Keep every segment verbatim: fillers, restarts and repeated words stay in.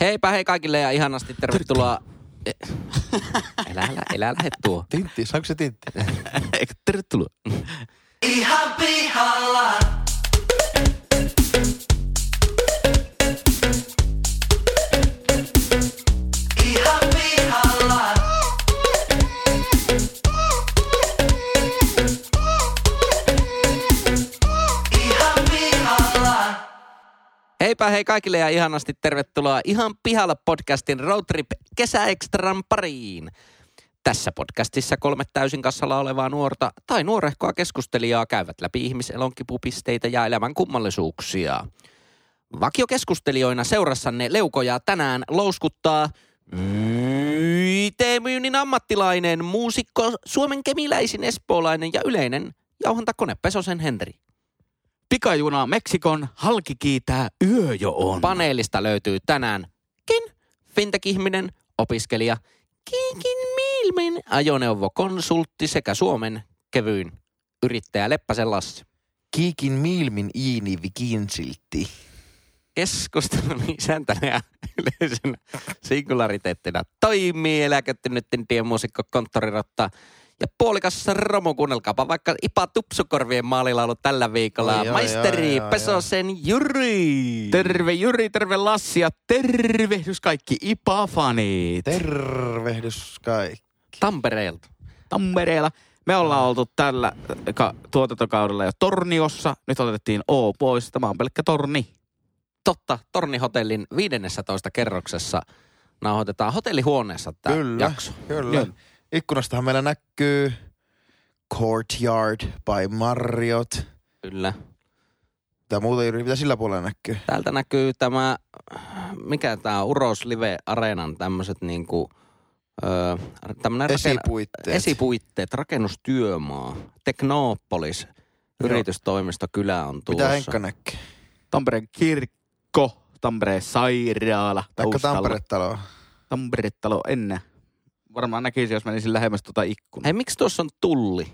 Heipä hei kaikille ja ihanasti tervetuloa. Elä, elä, elä lähde tuo. Tintti, saanko se tintti? Eikö tervetuloa? Ihan pihalla. Ihan pihalla. Ihan pihalla. Heipä hei kaikille ja ihanasti tervetuloa Ihan pihalla podcastin Roadtrip kesäekstran pariin. Tässä podcastissa kolme täysin kassalla olevaa nuorta tai nuorehkoa keskustelijaa käyvät läpi ihmiselonkipupisteita ja elämän kummallisuuksia. Vakiokeskustelijoina seurassanne leukoja tänään louskuttaa Y T-myynnin ammattilainen, muusikko, Suomen kemiläisin espoolainen ja yleinen jauhantakone Pesosen Henri. Pikajuna Meksikon halki kiitää yö jo on. Paneelista löytyy tänäänkin fintech-ihminen, opiskelija, Kiikin Milmin ajoneuvokonsultti sekä Suomen kevyin yrittäjä Leppäsen Lassi. Kiikin Milmin Iini Vikinsilti. Keskustelun isäntänä ja yleisön singulariteettina toimii eläköttynytten tiemuusikko konttorirotta ja puolikas romu. Kuunnelkaapa vaikka Ipa Tupsukorvien maalilaulu tällä viikolla. Oi, oi, Maisteri oi, oi, Pesosen Jyri. Terve Jyri, terve Lassi ja tervehdys kaikki Ipa-fanit. Tervehdys kaikki. Tampereelta. Tampereella. Me ollaan oltu tällä ka- tuotantokaudella jo Torniossa. Nyt otettiin O pois. Tämä on pelkkä torni. Totta, Tornihotellin viidennessätoista kerroksessa nauhoitetaan hotellihuoneessa tämä Kyllä, jakso. kyllä. Joo. Ikkunastahan meillä näkyy Courtyard by Marriott. Kyllä. Mitä muuta, Jyri, mitä sillä puolella näkyy? Täältä näkyy tämä, mikä tämä Uros Live Areenan tämmöiset niinku, öö, tämmönen Esipuitteet. Raken, esipuitteet, rakennustyömaa, Teknoopolis, yritystoimisto, kylä on tuossa. Mitä Henkka näkyy? Tampereen kirkko, Tampereen sairaala. Taikka taustalla. Tampere-talo. Tampere-talo ennen. Varmaan näkisi, jos menisin lähemmäs tuota ikkunaa. Hei, miksi tuossa on tulli?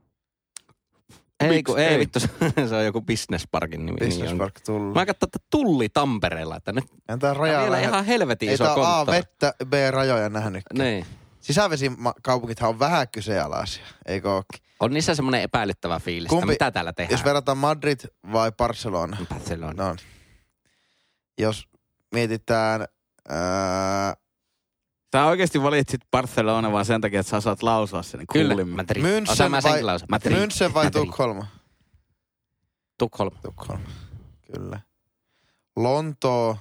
Ei, Miksi kun, ei, ei? vittu, se on joku businessparkin nimi. Business niin Park tullut. Mä katsoin, että tulli Tampereella, että nyt Entä on raja vielä lähe- ihan helvetin Ei iso tää A, konttori. vettä, B, rajoja nähnytkään. Niin. Sisävesikaupungithan on vähän kyseenalaisia, eikö ookin? On niissä semmoinen epäilyttävä fiilis, että Kumpi- mitä täällä tehdään. Jos verrataan Madrid vai Barcelona? Barcelona. No, jos mietitään, ää, Sä oikeesti valitsit Barcelona vaan sen takia, että sä osaat lausua sen Kyllä, kuulimmin. Madrid. München Osaan mä vai- senkin lausua. Madrid. München vai Madrid. Tukholma? Tukholma. Tukholma, kyllä. Lontoo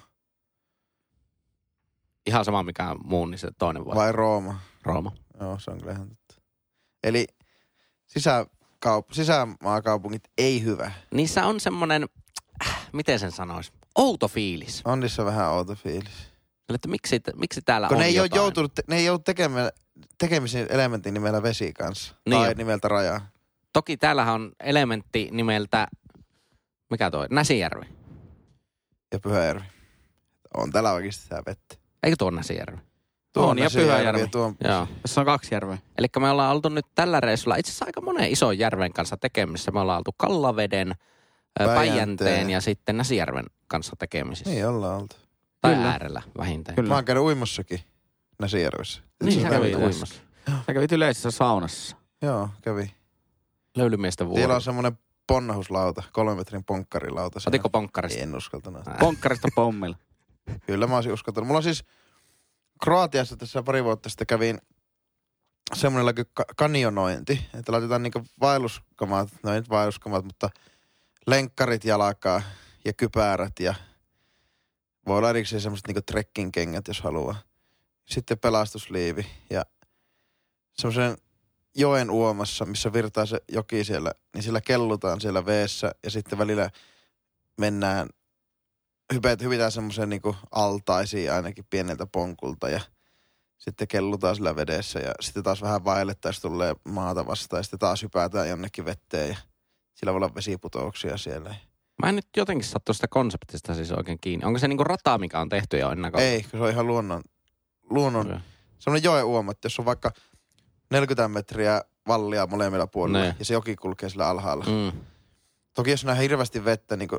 Ihan sama mikä muu, niin se toinen vai? vai Rooma? Rooma. Joo, se on kyllä ihan totta. Eli sisäkaup- sisämaakaupungit ei hyvä. Niissä on semmoinen, äh, miten sen sanoisi, outo fiilis. On niissä vähän outo fiilis. Että miksi, miksi täällä Kun on ne ei ole jotain. joutunut, te- ne ei joutu tekemään tekemisen elementin nimellä vesi kanssa. Niin tai on. nimeltä raja. Toki täällähän on elementti nimeltä, mikä toi, Näsijärvi. Ja Pyhäjärvi. On täällä oikeasti sitä vettä. Eikö tuo Näsijärvi? Tuo On, ja Näsijärvi Pyhäjärvi. ja tuo- Joo. Tässä on kaksi järveä. Eli me ollaan oltu nyt tällä reissulla itse asiassa aika monen ison järven kanssa tekemisissä. Me ollaan oltu Kallaveden, ö, Päijänteen. Päijänteen ja sitten Näsijärven kanssa tekemisissä. Niin ollaan oltu. Tai Kyllä. äärellä vähintään. Kyllä. Mä oon käynyt uimassakin Näsijärvessä. Niin, sä Se kävit kävi uimassa. Sä kävit yleisessä saunassa. Joo, kävi. Löylymiesten vuoro. Siellä on semmonen ponnahuslauta, kolmen metrin ponkkarilauta. siinä. Otitko ponkkarista? En uskaltanut. Äh. Ponkkarista pommilla. Kyllä mä olisin uskaltanut. Mulla on siis Kroatiassa tässä pari vuotta sitten kävin semmoinen kuin ka- kanjonointi. Että laitetaan niinku vaelluskamat, no ei nyt vaelluskamat, mutta lenkkarit jalkaa ja kypärät ja voi olla erikseen semmoiset niinku trekking-kengät, jos haluaa. Sitten pelastusliivi ja semmoisen joen uomassa, missä virtaa se joki siellä, niin sillä kellutaan siellä veessä ja sitten välillä mennään, hypät, hypitään semmoisen niinku altaisiin ainakin pieneltä ponkulta ja sitten kellutaan sillä vedessä ja sitten taas vähän vaellettaisiin tulee maata vastaan ja sitten taas hypätään jonnekin vetteen ja sillä voi olla vesiputouksia siellä. Mä en nyt jotenkin sattu sitä konseptista siis oikein kiinni. Onko se niinku rata, mikä on tehty jo ennakkoon? Ei, kun se on ihan luonnon, luonnon Okei. semmoinen joen uoma, että jos on vaikka neljäkymmentä metriä vallia molemmilla puolilla Ne. ja se joki kulkee sillä alhaalla. Mm. Toki jos nähdään hirveästi vettä, niin kuin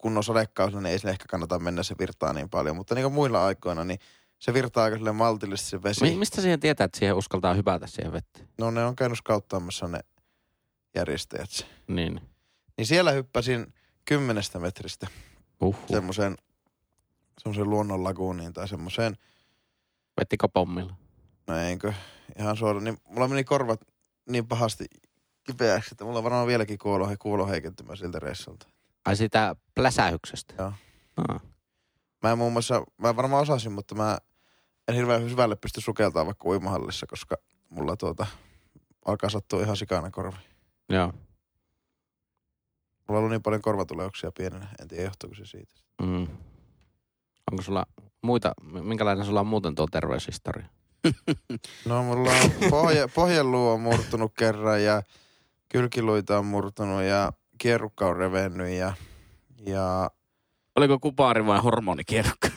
kunnon sadekausilla, niin ei sille ehkä kannata mennä, se virtaa niin paljon. Mutta niin kuin muilla aikoina, niin se virtaa aika silleen maltillisesti se vesi. Mi- mistä siihen tietää, että siihen uskaltaa hypätä siihen vetteen? No ne on käynyt skauttaamassa ne järjestäjät. Niin. Niin siellä hyppäsin kymmenestä metristä Uhuh. semmoiseen, semmoiseen luonnon laguuniin tai semmoiseen, Vettikö pommilla? no eikö, ihan suoraan, niin mulla meni korvat niin pahasti kipeäksi, että mulla on varmaan vieläkin kuulo, kuulo heikentymä siltä reissulta. Ai sitä pläsähyksestä? Joo. Ah. Mä en muun muassa, mä varmaan osasin, mutta mä en hirveän syvälle pysty sukeltamaan vaikka uimahallissa, koska mulla tuota alkaa sattua ihan sikana korvi. Joo. Mulla on ollut niin paljon korvatuleuksia pienenä, en tiedä johtuuko se siitä. Mm. Onko sulla muita, minkälainen sulla on muuten tuo terveyshistoria? No mulla on pohje, pohjeluu on murtunut kerran ja kylkiluita on murtunut ja kierrukka on revennyt ja, ja Oliko kupaari vai hormonikierrukka?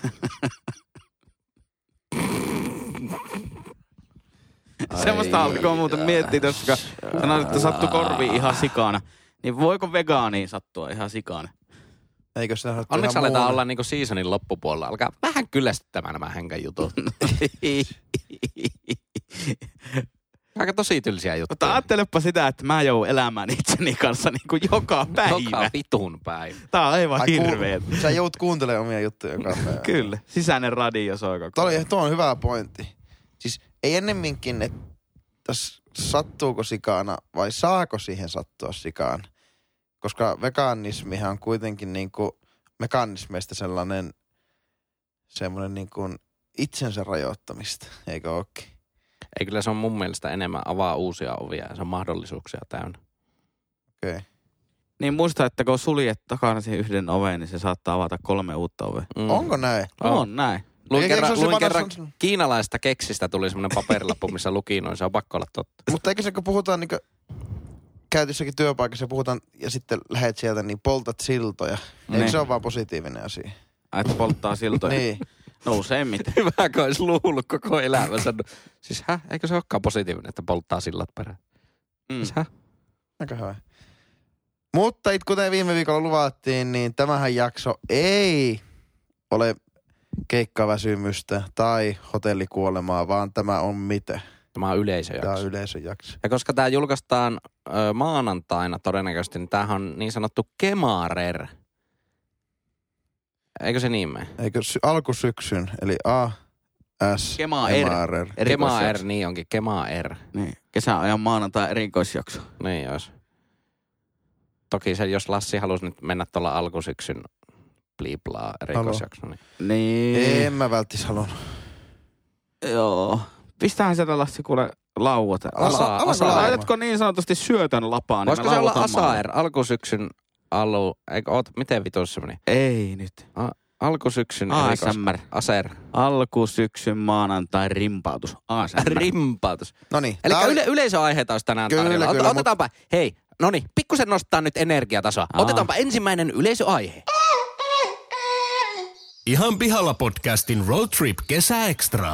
Semmoista alkoi muuten miettiä, koska sanoit, että sattui korviin ihan sikana. Niin voiko vegaaniin sattua ihan sikana? eikö se sattu Onneksi ihan aletaan muuna? olla niinku seasonin loppupuolella. Alkaa vähän kyllästyttämään nämä henkän jutut. Aika tosi tylsiä juttuja. Mutta ajattelepa sitä, että mä joudun elämään itseni kanssa niin kuin joka päivä. Joka vitun päivä. Tää on aivan Ai, hirveet. Ku, sä joudut kuuntelemaan omia juttuja joka päivä. Kyllä, sisäinen radio soi koko Tuo, ajan. oli, tuo on hyvä pointti. Siis ei ennemminkin, että sattuuko sikana vai saako siihen sattua sikaan. Koska veganismihan on kuitenkin niinku mekanismeista sellainen semmoinen niinku itsensä rajoittamista, eikö ookin? Ei kyllä se on mun mielestä enemmän avaa uusia ovia ja se on mahdollisuuksia täynnä. Okei. Okay. Niin muista, että kun suljet takana siihen yhden oven, niin se saattaa avata kolme uutta ovea. Mm. Onko näin? On. On näin. Luin Eikö kerran, se ole se luin vanha kerran san- kiinalaisesta keksistä tuli semmoinen paperilappu, missä luki noin. Se on pakko olla totta. Mutta eikö se, kun puhutaan niinku käytössäkin työpaikassa ja puhutaan ja sitten lähet sieltä, niin poltat siltoja. Eikö Ne. se ole vaan positiivinen asia? Ai, että polttaa siltoja. Niin. No useimmiten. Hyvä, kun olisi luullut koko elämänsä. Siis hä? Eikö se olekaan positiivinen, että polttaa sillat perään? Mm. Siis hä? Aika hyvä. Mutta it, kuten viime viikolla luvattiin, niin tämähän jakso ei ole keikkaväsymystä tai hotellikuolemaa, vaan tämä on mitä? Tämä on yleisöjakso. Tämä on yleisöjakso. Ja koska tämä julkaistaan ö, maanantaina todennäköisesti, niin tämähän on niin sanottu Kemarer. Eikö se niin mene? Eikö sy- alkusyksyn, eli A, S, Kemaer. Emarer. Kemaer, niin onkin. Kemaer. Niin, kesäajan maanantai erikoisjakso. Niin olisi. Toki se, jos Lassi halusi nyt mennä tuolla alkusyksyn bliiblaa erikoisjakso, niin Niin. En mä välttis halunnut. Joo. Pistähän sieltä Lassi kuule lauat. Ala- Asa- alako asa- laulaa? Laitatko niin sanotusti syötön lapaan? Niin voisiko me se olla lauletaan maalle. Asaer, alkusyksyn alu, eikö oot, miten vitus se meni? Ei nyt. Alkusyksyn A erikois... S M R. Aser. Alkusyksyn maanantai rimpautus. A S M R. Rimpautus. Noniin. Eli tää oli- yle, yleisöaiheita olisi tänään Kyllä, tarjolla. kyllä, Ot- Otetaanpa, hei, no niin, pikkusen nostaa nyt energiatasoa. Aa. Otetaanpa ensimmäinen yleisöaihe. Ihan pihalla podcastin Road Trip Kesäekstra.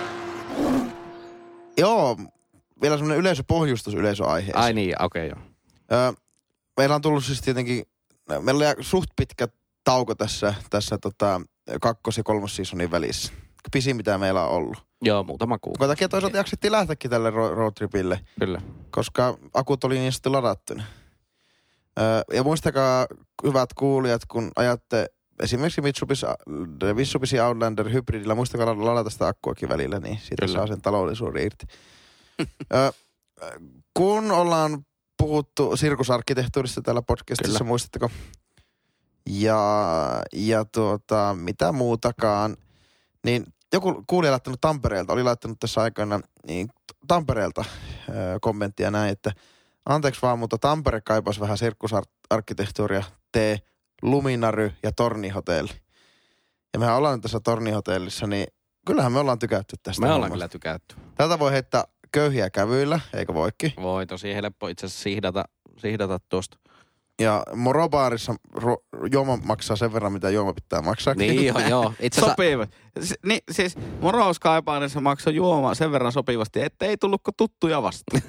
Joo, vielä semmoinen yleisöpohjustus yleisöaiheeseen. Ai niin, okei okay, joo. Öö, meillä on tullut siis tietenkin, meillä oli suht pitkä tauko tässä, tässä tota, kakkos- ja kolmosseasonin välissä. Pisin mitä meillä on ollut. Joo, muutama kuukausi. Jonka takia toisaalta jaksettiin lähteäkin tälle ro- roadtripille, Kyllä. koska akut oli niin sitten ladattuna. Öö, ja muistakaa, hyvät kuulijat, kun ajatte esimerkiksi Mitsubishi, Mitsubishi Outlander hybridillä, muistakaa ladata sitä akkuakin välillä, niin siitä Kyllä. saa sen taloudellisuuden irti. Öö, kun ollaan puhuttu sirkusarkkitehtuurista täällä podcastissa, Kyllä. muistatteko? Ja, ja tuota, mitä muutakaan, niin joku kuulija laittanut Tampereelta, oli laittanut tässä aikoina niin Tampereelta öö, kommenttia näin, että anteeksi vaan, mutta Tampere kaipasi vähän sirkusarkkitehtuuria, tee Luminary ja Tornihotelli. Ja mehän ollaan nyt tässä Tornihotellissa, niin kyllähän me ollaan tykätty tästä. Me ollaan hommasta. kyllä tykätty. Tätä voi heittää köyhiä kävyillä, eikö voikin? Voi tosi helppo itse asiassa sihdata, sihdata tuosta. Ja Morobaarissa ro- juoma maksaa sen verran, mitä juoma pitää maksaa. Niin joo, joo. Itse asiassa Sopiva. S- niin, siis morauskaipaanissa maksoi juoma sen verran sopivasti, että ei tullut kuin tuttuja vastaan.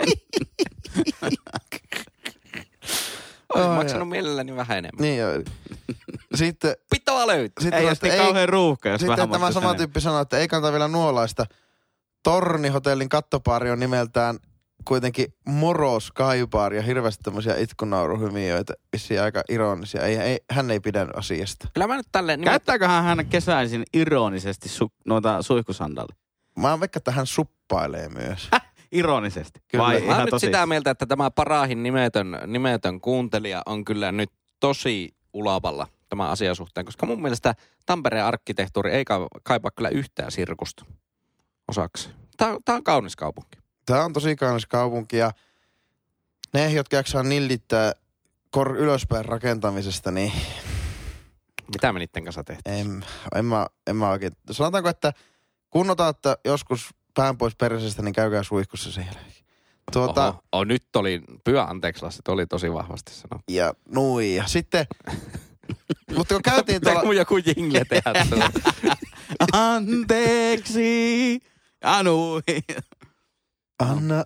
olisin Ai, maksanut mielelläni vähän enemmän. Niin joo. sitten, Pitoa löytyy. sitten, Ei tästä ole kauhean ruuhka, jos sitten vähän tämä maksaisi sama enemmän. tyyppi sanoi, että ei kannata vielä nuolaista. Tornihotellin kattopaari on nimeltään kuitenkin Moro Skybar ja hirveästi tämmöisiä itkunauruhymiöitä, vissiin aika ironisia. Ei, ei, hän ei pidä asiasta. Kyllä mä nyt tälleen... Niin, Käyttääköhän hän kesäisin ironisesti su, noita suihkusandalia? Mä veikkaan, että hän suppailee myös. Ironisesti. Kyllä. Vai mä oon ihan nyt tosi? sitä mieltä, että tämä parahin nimetön, nimetön kuuntelija on kyllä nyt tosi ulapalla tämän asian suhteen, koska mun mielestä Tampereen arkkitehtuuri ei ka- kaipaa kyllä yhtään sirkusta osaksi. Tää, tää on kaunis kaupunki. Tämä on tosi kaunis kaupunki ja ne, jotka jaksaa nillittää kor ylöspäin rakentamisesta, niin Mitä me niiden kanssa tehtiin? en, en, mä, en mä oikein. Sanotaanko, että kun otatte joskus pään pois perseestä, niin käykää suihkussa siellä. Tuota, Oho, oh, nyt oli, pyö anteeksi Lassi, oli tosi vahvasti sanottu. ja nui. Ja sitten, mutta kun käytiin Pitääkö tuolla, mun joku jingle tehdä tuolla? Anteeksi. Anu. anna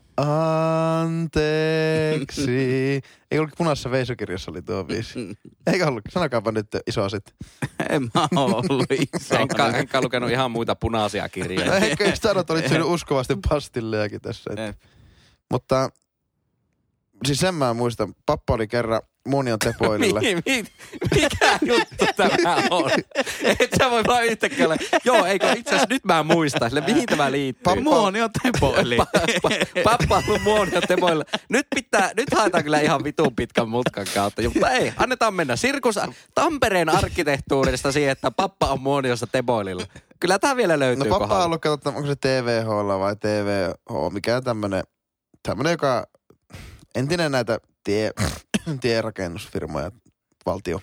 anteeksi. Ei ollut punaisessa veisukirjassa oli tuo biisi. Eikä ollut, sanokaapa nyt iso sitten. En mä ollut iso. Enkä, enkä lukenut ihan muita punaisia kirjoja. Eikö eikö sanot, olit syönyt uskuvasti pastillejakin tässä. Että. Jep. Mutta siis sen mä muistan. Pappa oli kerran Muonion Tepoililla. Mi, mi, mikä juttu tämä on? Et sä voi vaan yhtäkkiä olla, joo, eikö itse asiassa nyt mä muistan, sille mihin tämä liittyy? Muoni on tepoili. Pappa on ollut Muonion Tepoilla. Nyt pitää, nyt haetaan kyllä ihan vitun pitkän mutkan kautta. Mutta ei, annetaan mennä. Sirkus Tampereen arkkitehtuurista siihen, että pappa on Muoniossa Tepoililla. Kyllä tää vielä löytyy No pappa kohdalla. on ollut, katsotaan, onko se T V H:lla vai T V H, mikä tämmönen, tämmönen, joka entinen näitä tie, tierakennusfirmoja, valtio.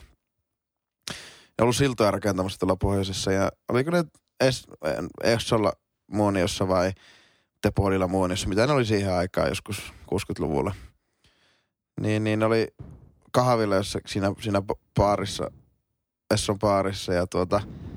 Ja ollut siltoja rakentamassa tuolla pohjoisessa ja oliko ne Es, Essolla Muoniossa vai Tepoililla Muoniossa, mitä ne oli siihen aikaan joskus kuusikymmentäluvulla. Niin, niin ne oli kahvilla jossa, siinä, siinä baarissa, Esson baarissa ja tuota...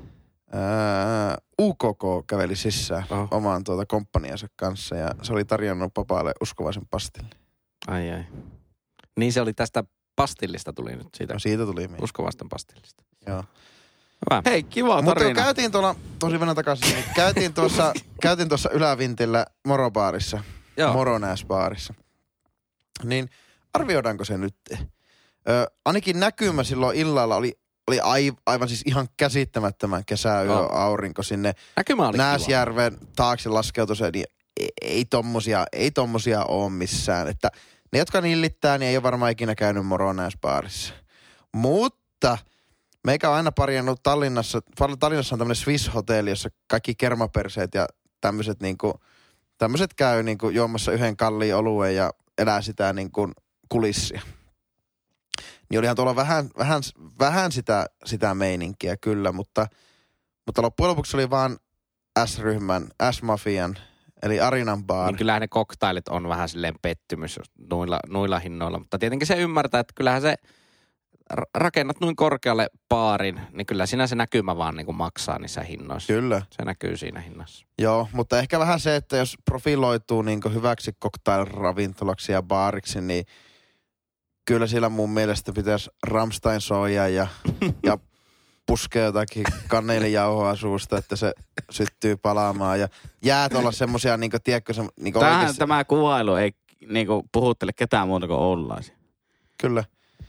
Ää, U K K käveli sisään Oho. oman tuota komppaniansa kanssa ja se oli tarjonnut papalle uskovaisen pastille. Ai ai. Niin se oli tästä pastillista tuli nyt siitä No siitä tuli mieleen. uskovasten pastillista. Joo. Hyvä. Hei, kiva Mutta tarina. käytiin tuolla, tosi mennä takaisin, niin käytiin tuossa, käytiin tuossa Ylävintillä Morobaarissa, Joo. Moronääsbaarissa. Niin arvioidaanko se nyt? Ö, ainakin näkymä silloin illalla oli, oli aivan siis ihan käsittämättömän kesäyö Joo. aurinko sinne. Näkymä oli kiva. Nääsjärven taakse laskeutui se, niin ei, ei tommosia, ei tommosia ole missään. Että ne, jotka nillittää, niin ei ole varmaan ikinä käynyt Moronääsbaarissa. Mutta meikä on aina parjannut Tallinnassa, Tallinnassa on tämmöinen Swiss-hotelli, jossa kaikki kermaperseet ja tämmöiset niinku, tämmöiset käy niinku juomassa yhden kalliin oluen ja elää sitä niinku kulissia. Niin olihan tuolla vähän, vähän, vähän sitä, sitä meininkiä kyllä, mutta, mutta loppujen lopuksi oli vaan S-ryhmän, S-mafian, eli Arinan baari. Niin kyllähän ne koktailit on vähän silleen pettymys noilla, noilla hinnoilla, mutta tietenkin se ymmärtää, että kyllähän se ra- rakennat noin korkealle baarin, niin kyllä siinä se näkymä vaan niin kuin maksaa niissä hinnoissa. Kyllä, Se näkyy siinä hinnassa. joo, mutta ehkä vähän se, että jos profiloituu niin hyväksi cocktail-ravintolaksi ja baariksi, niin kyllä siellä mun mielestä pitäisi Rammstein soija ja, ja puskea jotakin kanneelijauhoa suusta, että se syttyy palaamaan. Ja jäät olla semmosia, niinku, tiedätkö, se, niinku Tähän oikeasti, tämä kuvailu ei niinku puhuttele ketään muuta kuin ollaisi. kyllä.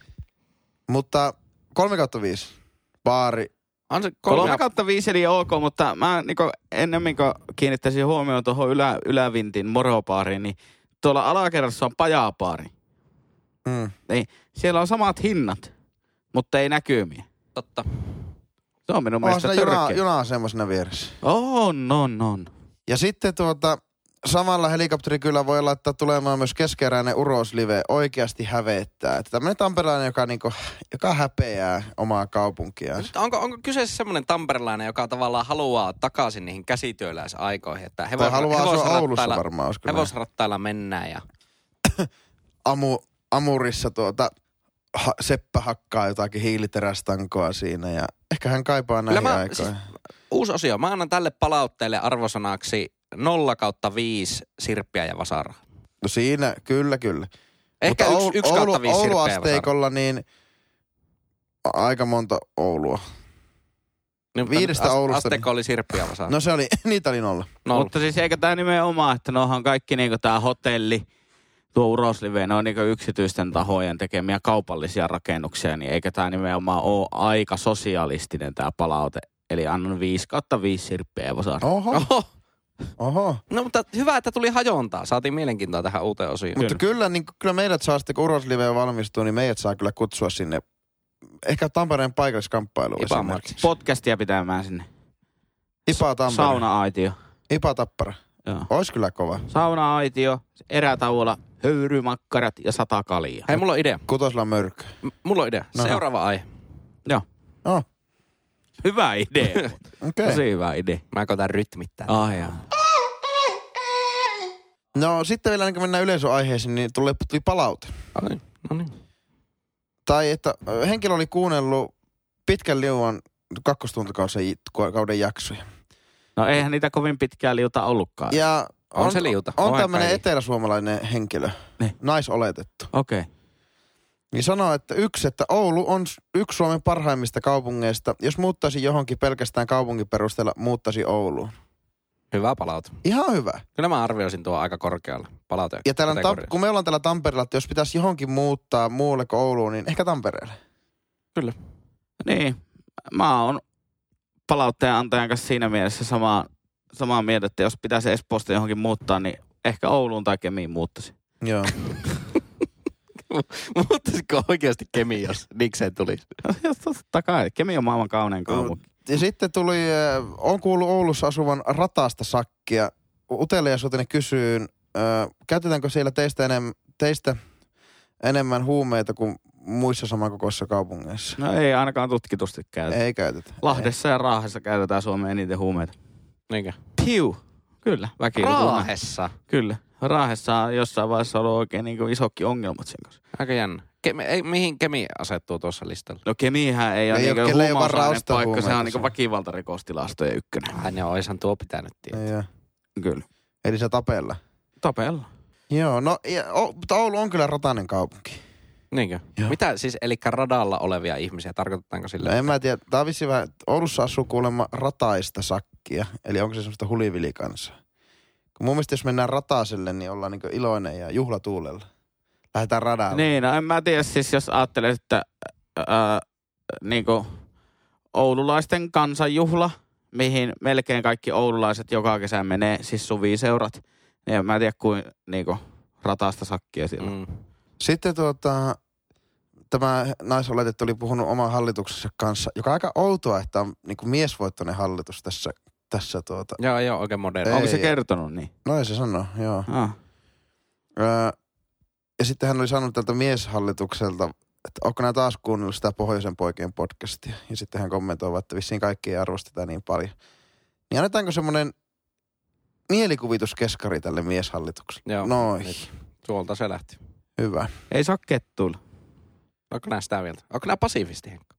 Mutta kolme kautta viisi. Baari. On se kolme, Kolme kautta viisi eli ok, mutta mä niinku ennemmin kuin kiinnittäisin huomioon tuohon ylä, Ylävintin morobaariin, niin tuolla alakerrassa on pajabaari. Mm. Niin, siellä on samat hinnat, mutta ei näkymiä. totta. Se on minun On mielestä siinä juna, törkeä. juna semmoisena vieressä. On, on, on. Ja sitten tuota, samalla helikopteri kyllä voi laittaa tulemaan myös keskeräinen uroslive. Oikeasti hävettää. Että tämmöinen tamperilainen, joka, niinku, joka häpeää omaa kaupunkiaan. Mutta onko, onko kyseessä semmoinen tamperelainen, joka tavallaan haluaa takaisin niihin käsityöläisaikoihin, että Tai hevos, haluaa asua Oulussa hevosrattailla, varmaan. olisiko näin? hevosrattailla mennään ja Amu, Amurissa tuota, ha, Seppä hakkaa jotakin hiiliterästankoa siinä ja ehkä hän kaipaa näihin mä- aikoihin. siis uusi osio. Mä annan tälle palautteelle arvosanaksi nolla kautta viisi sirppiä ja vasaraa. No siinä, kyllä, kyllä. Ehkä Mutta yksi, Oulu, yksi kautta Oulu, viisi sirppiä ja vasaraa. Ouluasteikolla niin A- aika monta Oulua. Niin, Viidestä ast- Oulusta, Asteikko oli sirppiä vasa. No se oli, niitä oli nolla. Nolla. Mutta siis eikä tää nimenomaan, että ne onhan kaikki niinku tää hotelli, tuo Uroslive, ne on niinku yksityisten tahojen tekemiä kaupallisia rakennuksia, niin eikä tää nimenomaan ole aika sosialistinen tää palaute. Eli annan viisi kautta viisi sirppiä Evosaarelle. Oho, Oho. oho. No mutta hyvä, että tuli hajontaa. Saatiin mielenkiintoa tähän uuteen osioon. Mutta kyllä, niin, kyllä meidät saa sitten, kun Uroslive valmistuu, niin meidät saa kyllä kutsua sinne. Ehkä Tampereen paikalliskamppailuun Ipa esimerkiksi. Podcastia pitämään sinne. Ipa Tampere. Sauna-aitio. Ipa Tappara. Joo. Ois kyllä kova. Sauna-aitio, erätauolla, höyrymakkarat ja sata kaljaa. Hei, mulla on idea. Kutosla mörkö. M- mulla on idea. No. Seuraava aihe. Joo. Oh, Hyvä idea. okei. Okay. Tosi hyvä idea. Mä koitan rytmittää. Ah, jaa. No sitten vielä, niin mennään yleisöaiheisiin, niin tuli, tuli palaute. Ai, no niin. Tai että ö, henkilö oli kuunnellut pitkän liuan kakkostuntikauden jaksoja. No eihän niitä kovin pitkään liuta ollutkaan. Ja On on, se liuta. on On tämmöinen aika eteläsuomalainen henkilö, Niin. naisoletettu. Okei. Okay. Niin sanoo, että yksi, että Oulu on s- yksi Suomen parhaimmista kaupungeista. Jos muuttaisi johonkin pelkästään kaupungin perusteella, muuttaisi Ouluun. Hyvä palaute. Ihan hyvä. Kyllä mä arvioisin tuo aika korkealla palaute. Ja täällä on Tam- kun me ollaan täällä Tampereella, että jos pitäisi johonkin muuttaa muualle kuin Ouluun, niin ehkä Tampereelle. Niin. Mä oon palautteen antajan kanssa siinä mielessä samaa, samaa mieltä, että jos pitäisi Espoosta johonkin muuttaa, niin ehkä Ouluun tai Kemiin muuttaisi. Joo. Muuttaisiko oikeasti Kemi, jos nikseen tulisi? Totta kai. Kemi on maailman kaunein kaupunki. Ja sitten tuli, äh, on kuullut Oulussa asuvan Ratasta Sakkia. Uteliaisuuteni kysyyn, äh, käytetäänkö siellä teistä, enem, teistä enemmän huumeita kuin muissa samankokoisissa kaupungeissa? No ei ainakaan tutkitusti käytetä. Ei käytetä. Lahdessa ja Raahessa käytetään Suomeen eniten huumeita. Niinkö? Piu. Kyllä, väkilukuinen. Raahessa. Kyllä. Raahessa on jossain vaiheessa ollut oikein niin kuin isokki ongelmat sen kanssa. Aika jännä. Kemi, ei, mihin Kemi asettuu tuossa listalla? No Kemihän ei ole Ei oo- niin kelle ei oo varaa huumausaineen ostaa paikka, huumeita sehän on niin se. väkivaltarikostilastojen ykkönen. Ai ne oishan tuo pitänyt tietää. Ja, Kyllä. eli se Tapella. Tapella. Joo, no ja, o, mutta Oulu on kyllä ratainen kaupunki. Niinkö? Joo. Mitä siis, eli radalla olevia ihmisiä, tarkoitetaanko sillä? No en mä tiedä, tää on vissiin vähän, Oulussa asuu kuulemma rataista sakkia, eli onko se semmoista hulivilikansaa? Kun mun mielestä jos mennään rataaselle, niin ollaan niinku iloinen ja juhlatuulella. Lähdetään radalle. Niin, no en mä tiedä siis, jos ajattelet, että ää, niinku oululaisten kansanjuhla, mihin melkein kaikki oululaiset joka kesä menee, siis suviseurat, niin en mä tiedä kuin niinku rataasta sakkia siellä. Mm. Sitten tuota, tämä naisoletettu oli puhunut oman hallituksensa kanssa, joka on aika outoa, että on niinku miesvoittoinen hallitus tässä, tässä tuota. Joo, joo, oikein moderni. Ei. Onko se kertonut niin? No ei se sano, joo. Ah. Öö, ja sitten hän oli sanonut tältä mieshallitukselta, että onko nämä taas kuunnellut sitä Pohjoisen poikien podcastia. Ja sitten hän kommentoi, että vissiin kaikki ei arvosteta niin paljon. Niin annetaanko semmoinen mielikuvituskeskari tälle mieshallitukselle? Joo, Noin, nyt. Tuolta se lähti. hyvä. Ei saa kettuilla. Onko nää sitä mieltä? Onko nää pasiivisti, Henkka?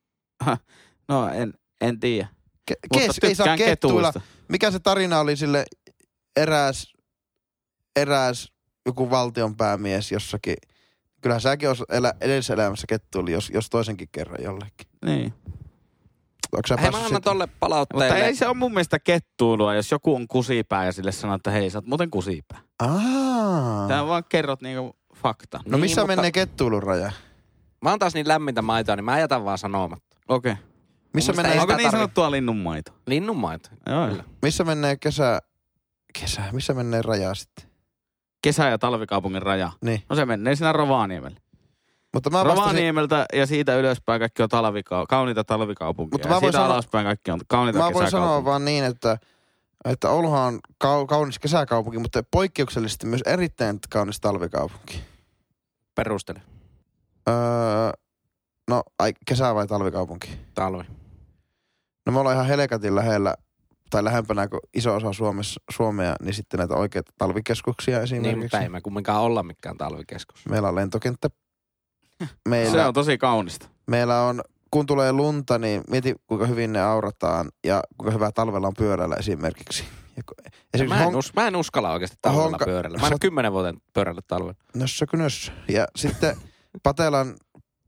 No en, en tiedä. Ke- Mutta kes, ei saa tykkään kettuilla. ketuista. Mikä se tarina oli sille eräs, eräs joku valtionpäämies jossakin? Kyllähän säkin olisi elä, edellisessä elämässä kettuili, jos, jos toisenkin kerran jollekin. Niin. Onko sä Hei, mä päässyt annan siitä? tolle Mutta palautteelle. ei se ole mun mielestä kettuilua, jos joku on kusipää ja sille sanoo, että hei, sä oot muuten kusipää. Aa. Tää vaan kerrot niinku fakta. No missä Niin, mutta- menee kettuilun raja? Mä oon taas niin lämmintä maitoa, niin mä jätän vaan sanomatta. Okei. Okay. Missä Mun mielestä menee, ei Onko sitä niin tarvi- sanottua linnunmaito? Linnunmaito. Joo. Kyllä. missä menee kesä, kesä, missä menee raja sitten? Kesä- ja talvikaupungin raja. Niin. No se menee siinä Rovaniemelle. Mutta mä vastasin, Rovaniemeltä ja siitä ylöspäin kaikki on talvika- kauniita talvikaupunkia. Mutta Ja mä voin siitä sanoa- alaspäin kaikki on kauniita mä voin sanoa kesäkaupunkia. vaan niin, että, että Ouluhan on kau, kaunis kesäkaupunki, mutta poikkeuksellisesti myös erittäin kaunis talvikaupunki. Perustele. Öö, no, ai, kesä- vai talvikaupunki? Talvi. No me ollaan ihan helkatin lähellä, tai lähempänä kuin iso osa Suomessa, Suomea, niin sitten näitä oikeita talvikeskuksia Niin, esimerkiksi. mutta ei me kumminkaan olla mikään talvikeskus. Meillä on lentokenttä. Meillä, Se on tosi kaunista. meillä on, kun tulee lunta, niin mieti kuinka hyvin ne aurataan ja kuinka hyvää talvella on pyörällä esimerkiksi. Ja ku- esimerkiksi Mä en, hon- us, mä en uskalla oikeasti talvella Honka- pyörällä. Mä en sä- ole kymmenen vuoden pyörällä talvella. Nössö kuin nössö. Ja sitten Patelan,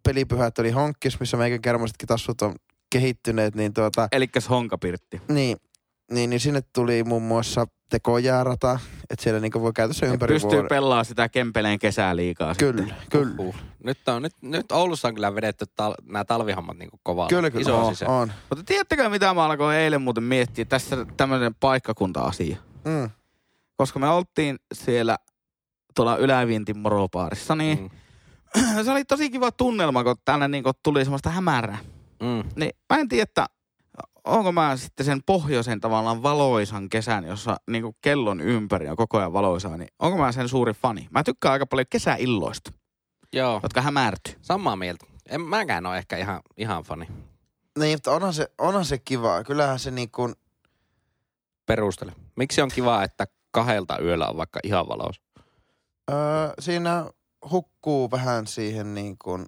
pelipyhät oli Honkkis, missä meikän kermaisetkin tassut on kehittyneet, niin tuota... Elikkäs Honkapirtti. Niin, niin, niin sinne tuli muun muassa tekojäärata, että siellä niinku voi käytössä ympäri Pystyy vuoden. pelaamaan sitä Kempeleen kesää liikaa. Kyllä, sitten. kyllä. Uh, nyt, on, nyt, nyt Oulussa on kyllä vedetty tal- nämä talvihommat niinku kovaa. Kyllä, kyllä. Iso on, sisä. on. Mutta tiedättekö mitä mä alkoin eilen muuten miettiä? Tässä tämmöinen paikkakunta-asia. Mm. Koska me oltiin siellä tuolla Yläviintin moropaarissa, niin Mm. se oli tosi kiva tunnelma, kun tänne niin kun tuli semmoista hämärää. Mm. Niin mä en tiedä, että onko mä sitten sen pohjoisen tavallaan valoisan kesän, jossa niin kuin kellon ympäri on koko ajan valoisaa, niin onko mä sen suuri fani? Mä tykkään aika paljon kesäilloista, Joo, jotka hämärtyy. samaa mieltä. En mäkään ole ehkä ihan, ihan fani. Niin, mutta onhan se, onhan se kivaa. Kyllähän se niin kuin... Perustele. Miksi on kiva, että kahdelta yöllä on vaikka ihan valous? Öö, siinä hukkuu vähän siihen niin kuin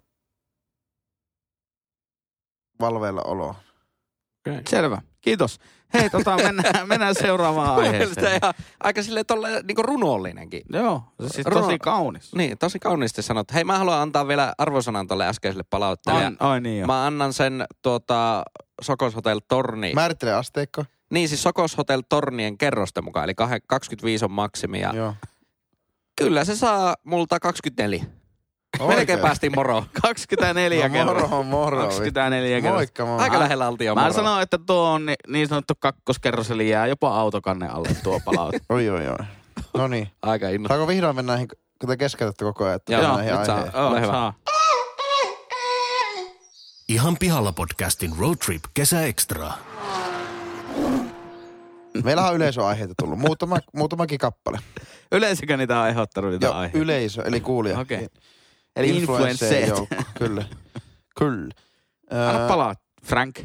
valveilla oloon. Selvä. Kiitos. Hei, tota, mennään, mennään seuraavaan Mun mielestä aiheeseen. ihan aika silleen tolle niinku runollinenkin. Joo, se siis Runo- tosi kaunis. Niin, tosi kauniisti sanottu. Hei, mä haluan antaa vielä arvosanan tolle äskeiselle palautteelle. Ai, ai niin joo. Mä annan sen tuota, Sokos Hotel Torni. Määrittele asteikko. Niin, siis Sokos Hotel Tornien kerrosten mukaan, eli kah- kaksikymmentäviisi on maksimi. Ja Joo. kyllä se saa multa kaksikymmentäneljä. Melkein Oikein. päästiin moroon. kaksikymmentäneljä No kerran. moro, moro. kaksikymmentäneljä kerran. Moikka, moi. Aika lähellä oltiin jo Mä moroon. sanon, että tuo on ni- niin sanottu kakkoskerros, eli jää jopa autokannen alle tuo palaute. Oi, oi, oi. No niin. Aika inno. Saako vihdoin mennä näihin, kun te keskeytätte koko ajan, että Joo, mennään näihin nyt saa. aiheisiin? Joo, Ole hyvä. saa. Ihan pihalla podcastin Road Trip Kesäekstra. Meillähän on yleisöaiheita tullut. Muutama, muutamakin kappale. Yleisikö niitä on ehdottanut niitä Joo, aiheita? yleisö, eli kuulija. Okei. Eli Influensseja influensseet. joukko, Kyllä. Kyllä. Anna Öö, palaa, Frank.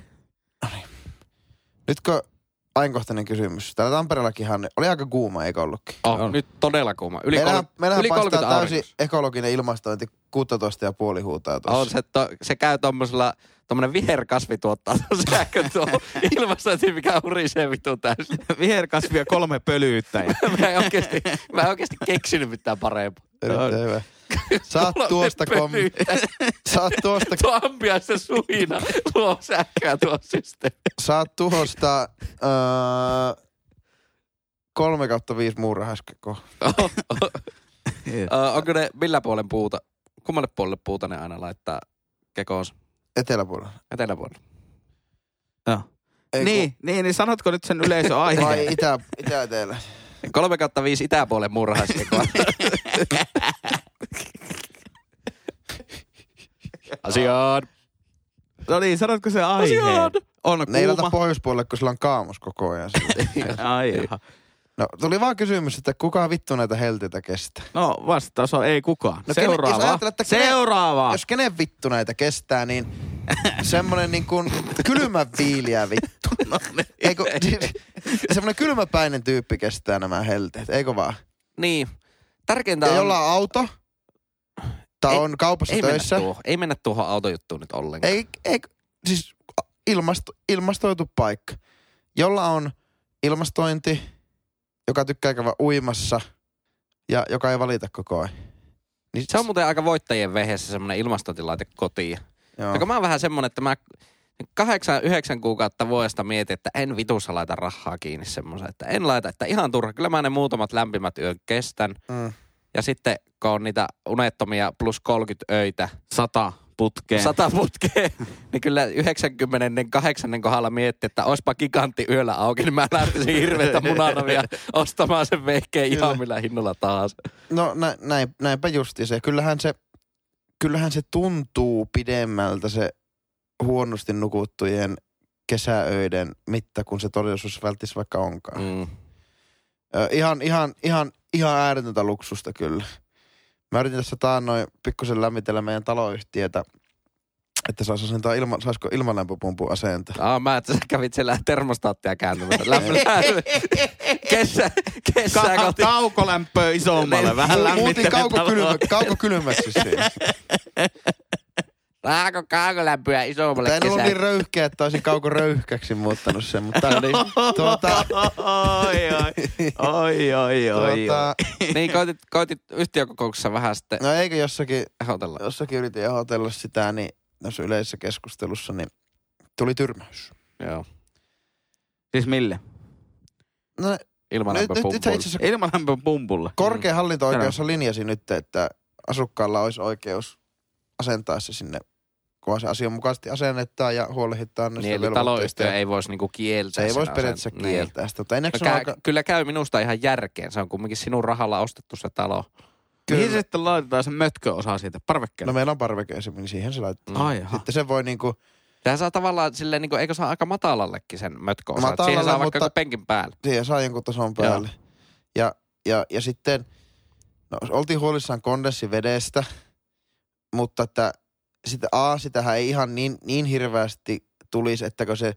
Nytkö ajankohtainen kysymys? Täällä Tampereellakinhan oli aika kuuma, eikö ollutkin? Oh, nyt todella kuuma. Yli, Meillähän, kol- meillähän yli paistaa kolmekymmentä täysin aurinkossa. ekologinen ilmastointi kuusitoista ja puoli huutaa tuossa. On se, to, se käy tommosella, tommonen viherkasvi tuottaa tuon sähkön tuo ilmastointi, mikä urisee vitun täysin. Viherkasvia kolme pölyyttäjä. Mä en oikeesti, mä en oikeesti keksinyt mitään parempaa. Erittäin hyvä. Saat tuosta kom... Saat tuosta... Tuo ambiaisen suhina luo sähköä tuo systeemi. Saat tuosta... Öö, kolme kautta viisi muurahäskäkoa. Ö, onko ne millä puolen puuta? Kummalle puolelle puuta ne aina laittaa kekoonsa? Eteläpuolella. Eteläpuolelle. Joo. Ei Niin, niin, niin sanotko nyt sen yleisöaiheen? Vai itä, itä-etelä? Kolme kautta viisi itäpuolen muurahaiskekoa. Asiaan. No niin, sanotko se aiheen? Asiaan. On Ne ei laita kuuma. pohjoispuolelle, kun sillä on kaamos koko ajan. Ai jaha. No, tuli vaan kysymys, että kuka vittu näitä helteitä kestää? No vastaus on ei kukaan. No, kenen- jos Seuraava. ajatellaan, että kenen- Seuraava. Jos kenen vittu näitä kestää, niin semmonen niin kuin kylmä viiliä vittu. No niin. Eikö, semmonen kylmäpäinen tyyppi kestää nämä helteet, eikö vaan? Niin. Tärkeintä Ja on... jolla on auto, tai Ei- on kaupassa ei, mennä töissä. tuohon, ei mennä tuohon autojuttuun nyt ollenkaan. Ei, ei, siis ilmasto, ilmastoitu paikka, jolla on ilmastointi, joka tykkää käydä uimassa ja joka ei valita koko ajan. Niin Se on muuten aika voittajien vehessä semmoinen ilmastointilaite kotiin. joo. Ja mä oon vähän semmonen, että mä kahdeksan, yhdeksän kuukautta vuodesta mietin, että en vitussa laita rahaa kiinni semmoisen. Että en laita, että ihan turha. Kyllä mä ne muutamat lämpimät yön kestän. Mm. Ja sitten kun on niitä unettomia plus kolmekymmentä öitä, Sata putkeen. sata putkea, niin kyllä yhdeksänkymmentäkahdeksan kohdalla mietti, että olisipa gigantti yöllä auki, niin mä lähtisin hirveätä munanavia ostamaan sen vehkeen ihan millä hinnalla taas. No nä, näin, näinpä justi se. Kyllähän se, kyllähän se tuntuu pidemmältä se huonosti nukuttujen kesäöiden mitta, kun se todellisuus välttis vaikka onkaan. Mm. Ö, ihan, ihan, ihan, ihan ääretöntä luksusta kyllä. Mä yritin tässä taannoin pikkusen lämmitellä meidän taloyhtiötä, että sais asentaa ilma, saisiko ilmalämpöpumpun asentaa. Aa, mä että sä kävit siellä termostaattia kääntämässä. Lämpö, kesä, kesä, Ka- kohti. kaukolämpöä isommalle, vähän Muutin lämmittelee kaukokylmä, taloa. kaukokylmäksi siinä. Saako kaukolämpöä isommalle Mutta en ollut kesälle? niin röyhkeä, että olisin kaukoröyhkäksi muuttanut sen, mutta niin, tuota, Oi, oi, oi, oi, oi, tuota, Niin, koitit, koitit yhtiökokouksessa vähän sitten no eikö jossakin, ehdotella. jossakin yritin ehdotella sitä, niin tässä yleisessä keskustelussa, niin tuli tyrmäys. Joo. Siis mille? No nyt, nyt, Ilmalämpöpumpulla. nyt itse asiassa Ilmalämpöpumpulla. korkein hallinto-oikeus linjasi nyt, että asukkaalla olisi oikeus asentaa se sinne, kunhan se asianmukaisesti asennetaan ja huolehditaan näistä Niin, eli velvoitteista. taloyhtiö ei voisi niinku kieltää. Se ei sen voisi asen- periaatteessa Niin. kieltää sitä, mutta ennen No kuin se on käy, aika... Kyllä käy minusta ihan järkeen. Se on kumminkin sinun rahalla ostettu se talo. Mihin se sitten laitetaan se mötköosa siitä parvekkeelle? No meillä on parveke, niin siihen se laittaa. Mm. Ai jaha. Sitten se voi niinku... Sehän saa tavallaan silleen, niinku, eikö saa aika matalallekin sen mötkoosa. Matalalle, Siihen saa vaikka mutta- joku penkin päälle. Siihen saa jonkun tason päälle. Ja, ja, ja sitten, no oltiin huolissaan kondenssivedestä, mutta että sitten A, sitähän ei ihan niin, niin hirveästi tulisi, ettäkö se,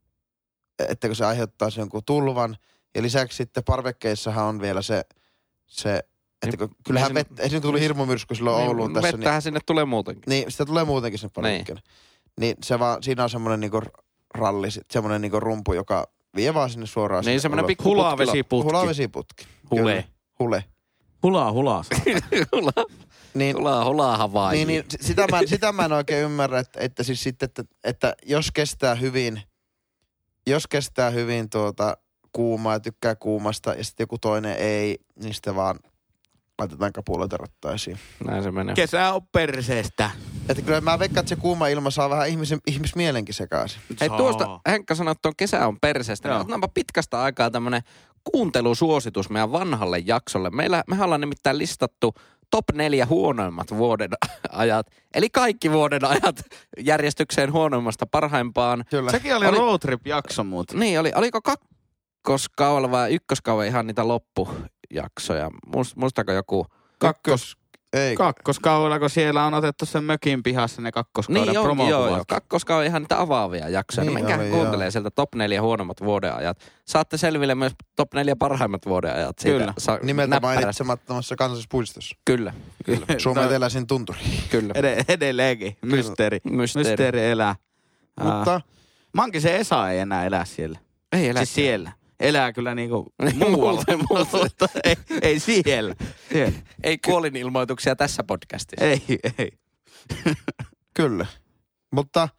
ettäkö se aiheuttaa sen jonkun tulvan. Ja lisäksi sitten parvekkeissahan on vielä se, se ettäkö, Niin, kyllähän niin vettä, esimerkiksi tuli hirmumyrsky silloin Ouluun tässä. Niin, Vettähän sinne tulee muutenkin. niin sitä tulee muutenkin sen parvekkeen. Niin. niin se vaan, siinä on semmoinen niinku ralli, sit, semmoinen niinku rumpu, joka vie vaan sinne suoraan. Niin semmoinen ulos. pikku Hulavesiputki. Hulavesiputki. Hule. Kyllä. Hule. Hulaa, hulaa. Hula, Niin, hula, hula Havaii. niin, niin s- sitä, mä, sitä mä en oikein ymmärrä, että, että siis sitten, että, että jos kestää hyvin, jos kestää hyvin tuota kuumaa ja tykkää kuumasta ja sitten joku toinen ei, niin sitten vaan laitetaan kapuloita rattaisiin. Näin se menee. Kesä on perseestä. Että kyllä mä veikkaan, että se kuuma ilma saa vähän ihmisen, ihmismielenkin sekaisin. Hei Saa. tuosta, Henkka sanoi, että tuon kesä on perseestä. Niin Joo. otetaanpa pitkästä aikaa tämmönen kuuntelusuositus meidän vanhalle jaksolle. Meillä, mehän ollaan nimittäin listattu top neljä huonoimmat vuoden ajat. Eli kaikki vuoden ajat järjestykseen huonoimmasta parhaimpaan. Kyllä. Sekin oli, Oli- roadtrip-jakso muuten. Niin, oli, oliko kakkoskaudella vai ykköskaudella ihan niitä loppujaksoja? Muist, muistaako joku? Kakkos. Ei. Kakkoskaudella, kun siellä on otettu sen mökin pihassa ne kakkoskauden Niin onkin, joo, joo. promokuvat. Kakkoskaudella ihan niitä avaavia jaksoja. Niin Niin no menkää oli, kuuntelee joo. sieltä top neljä huonommat vuoden ajat. Saatte selville myös top neljä parhaimmat vuoden ajat. Siitä Kyllä. Sa- Nimeltä näppärästi. mainitsemattomassa kansallispuistossa. Kyllä, kyllä, Suomen eteläisin tunturi. kyllä. Ed- edelleenkin. Mysteeri. Mysteeri. Mysteeri elää. Aa. Mutta Mankin se Esa ei enää elää siellä. Ei elä Siis siellä. Elää kyllä niinku Niin, muualla. muuten, muuten. Mutta ei, ei siellä. siellä. Ei kuolinilmoituksia tässä podcastissa. Ei, ei. kyllä. Mutta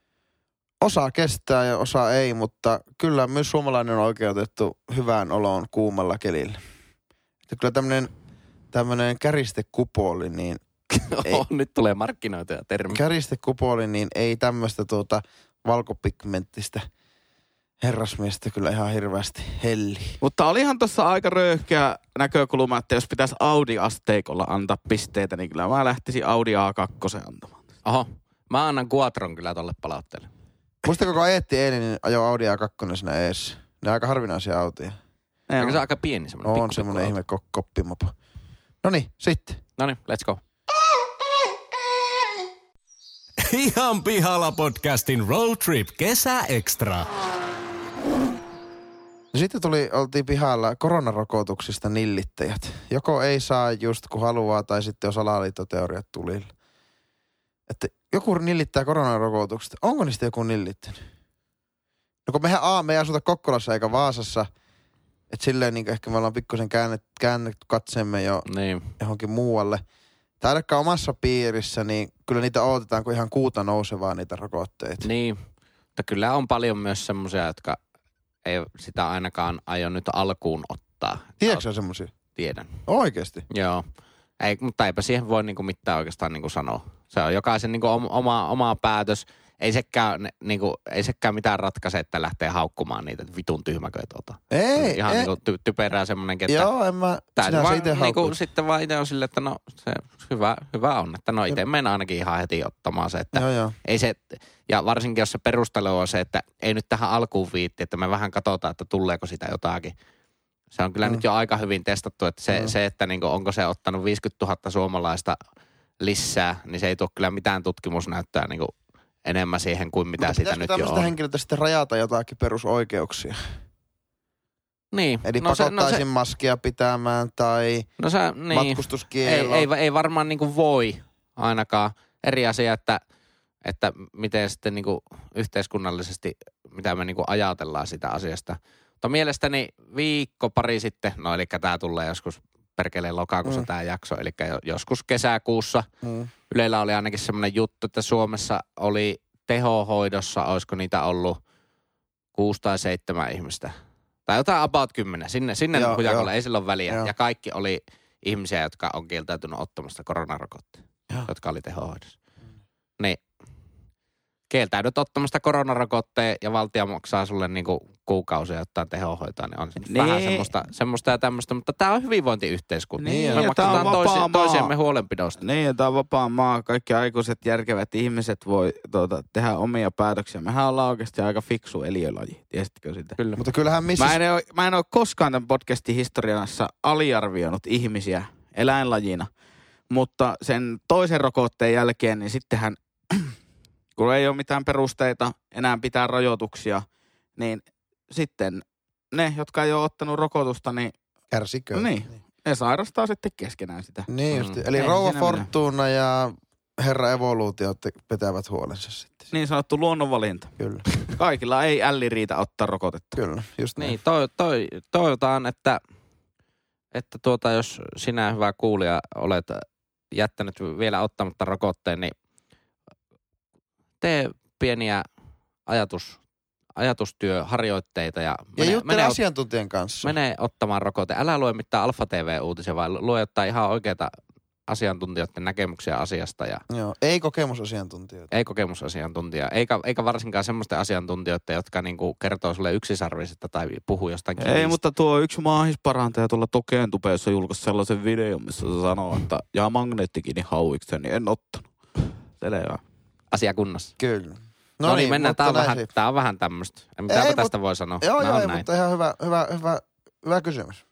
osa kestää ja osa ei, mutta kyllä myös suomalainen on oikeutettu hyvään oloon kuumalla kelillä. Että kyllä tämmöinen tämmöinen käristekupoli, niin ei. Oh, nyt tulee markkinoituja termi. käristekupoli, niin ei tämmöistä tuota valkopigmenttistä herrasmiestä kyllä ihan hirveästi helli. Mutta olihan tuossa aika röyhkeä näkökulma, että jos pitäisi Audi-asteikolla antaa pisteitä, niin kyllä mä lähtisin Audi A kaksi antamaan. Oho, mä annan Quattron kyllä tolle palautteelle. Muistako kun ajettiin eilen, niin ajoi Audi A kaksi siinä eessä. Ne on aika harvinaisia autoja. Eikö se aika pieni semmoinen On pikku, pikku semmoinen auto? ihme kok- koppimopo. No niin, sitten. Noniin, let's go. Ihan pihalla podcastin Road Trip Kesäekstra. No sitten tuli, oltiin pihalla koronarokotuksista nillittäjät. Joko ei saa just kun haluaa, tai sitten on salaliittoteoriat tulilla. Että joku nillittää koronarokotuksesta. Onko niistä joku nillittänyt? No kun mehän A, me ei asuta Kokkolassa eikä Vaasassa. Että silleen niin ehkä me ollaan pikkusen käännet, käännet katseemme jo Niin. johonkin muualle. Tai ainakaan omassa piirissä, niin kyllä niitä odotetaan kuin ihan kuuta nousevaa niitä rokotteita. Niin, mutta kyllä on paljon myös semmoisia, jotka ei sitä ainakaan aio nyt alkuun ottaa. Tiedätkö sä semmosia? Tiedän. Oikeesti? Joo. Ei, mutta eipä siihen voi niinku mitään oikeastaan niinku sanoa. Se on jokaisen niinku oma, oma päätös. Ei sekään, ne, niinku, ei sekään mitään ratkaise, että lähtee haukkumaan niitä vitun tyhmäköitä ota. Ei, Ihan ei. niinku ty, typerää semmonenkin, että Joo, en mä, tää sinä se vaan, itse niinku, haukkuut. sitten vaan itse on silleen, että no se hyvä, hyvä on. Että no itse menen ainakin ihan heti ottamaan se, että Joo, joo. ei se, ja varsinkin jos se perustelu on se, että ei nyt tähän alkuun viitti, että me vähän katsotaan, että tuleeko sitä jotakin. Se on kyllä Mm. nyt jo aika hyvin testattu, että se, Mm. se että niinku, onko se ottanut viisikymmentätuhatta suomalaista lisää, niin se ei tuo kyllä mitään tutkimusnäyttöä niinku enemmän siihen kuin mitä Mutta siitä pitäisikö nyt jo tämmöistä on. henkilöitä sitten rajata jotakin perusoikeuksia? Niin. Eli no se, no pakottaisin se, maskia pitämään tai no se, niin. Ei, matkustuskielo. ei, ei varmaan niinku voi ainakaan. Eri asia, että että miten sitten niinku yhteiskunnallisesti, mitä me niinku ajatellaan sitä asiasta. Mutta mielestäni viikko pari sitten, no eli tämä tulee joskus perkeleen lokakuussa mm. tämä jakso, eli joskus kesäkuussa. Mm. Ylellä oli ainakin semmoinen juttu, että Suomessa oli tehohoidossa, olisiko niitä ollut kuusi tai seitsemän ihmistä. Tai jotain about kymmenen, sinne, sinne joo, hujakolle, joo. ei silloin väliä. Joo. Ja kaikki oli ihmisiä, jotka on kieltäytynyt ottamasta koronarokotteja, joo. jotka oli tehohoidossa. Mm. Niin. Kieltäydyt ottamasta koronarokotteen ja valtio maksaa sulle niinku kuukausia jotain tehohoitoa, niin on se niin. vähän semmoista, semmoista ja tämmöistä, mutta tämä on hyvinvointiyhteiskunta. Niin, me maksetaan toisi, toisiamme huolenpidosta. Niin, ja tämä on vapaa maa. Kaikki aikuiset järkevät ihmiset voi tuota, tehdä omia päätöksiä. Mehän ollaan oikeasti aika fiksu eliölaji. Tiesittekö sitä? Kyllä. Mutta kyllähän missä... Mä en, ole, mä en ole koskaan tämän podcastin historiassa aliarvioinut ihmisiä eläinlajina, mutta sen toisen rokotteen jälkeen, niin sittenhän kun ei ole mitään perusteita enää pitää rajoituksia, niin sitten ne, jotka ei ole ottanut rokotusta, niin... Kärsikö? Niin, ne sairastaa sitten keskenään sitä. Niin just. Mm. Eli Ei Rouva siinä Fortuna ja Herra Evoluutio pitävät huolensa sitten. Niin sanottu luonnonvalinta. Kyllä. Kaikilla ei älli riitä ottaa rokotetta. Kyllä, just näin. Niin, toi, toi, toivotaan, että, että tuota, jos sinä, hyvä kuulija, olet jättänyt vielä ottamatta rokotteen, niin tee pieniä ajatus, ajatustyöharjoitteita ja, Ja mene, juttele mene, asiantuntijan kanssa. mene ottamaan rokote. Älä lue mitään Alfa T V-uutisia, vaan lue jotain ihan oikeita asiantuntijoiden näkemyksiä asiasta. Ja Joo, ei kokemusasiantuntijoita. ei kokemusasiantuntijaa, eikä, eikä varsinkaan semmoisten asiantuntijoiden, jotka niinku kertoo sulle yksisarvisesta tai puhuu jostain kivistä. Ei, mutta tuo yksi maahisparantaja tuolla Tokeen tupeessa julkaisi sellaisen videon, missä se sanoo, että jaa magneettikin niin hauikseen, niin en ottanut. Selvä. Asia kunnossa. Kyllä. No, no niin, mennään. Tää on, vähän, siitä. tää on vähän tämmöistä. Mitäpä Ei, tästä mut, voi sanoa? Joo, Nää joo, on ei, näin. mutta ihan hyvä, hyvä, hyvä, hyvä kysymys.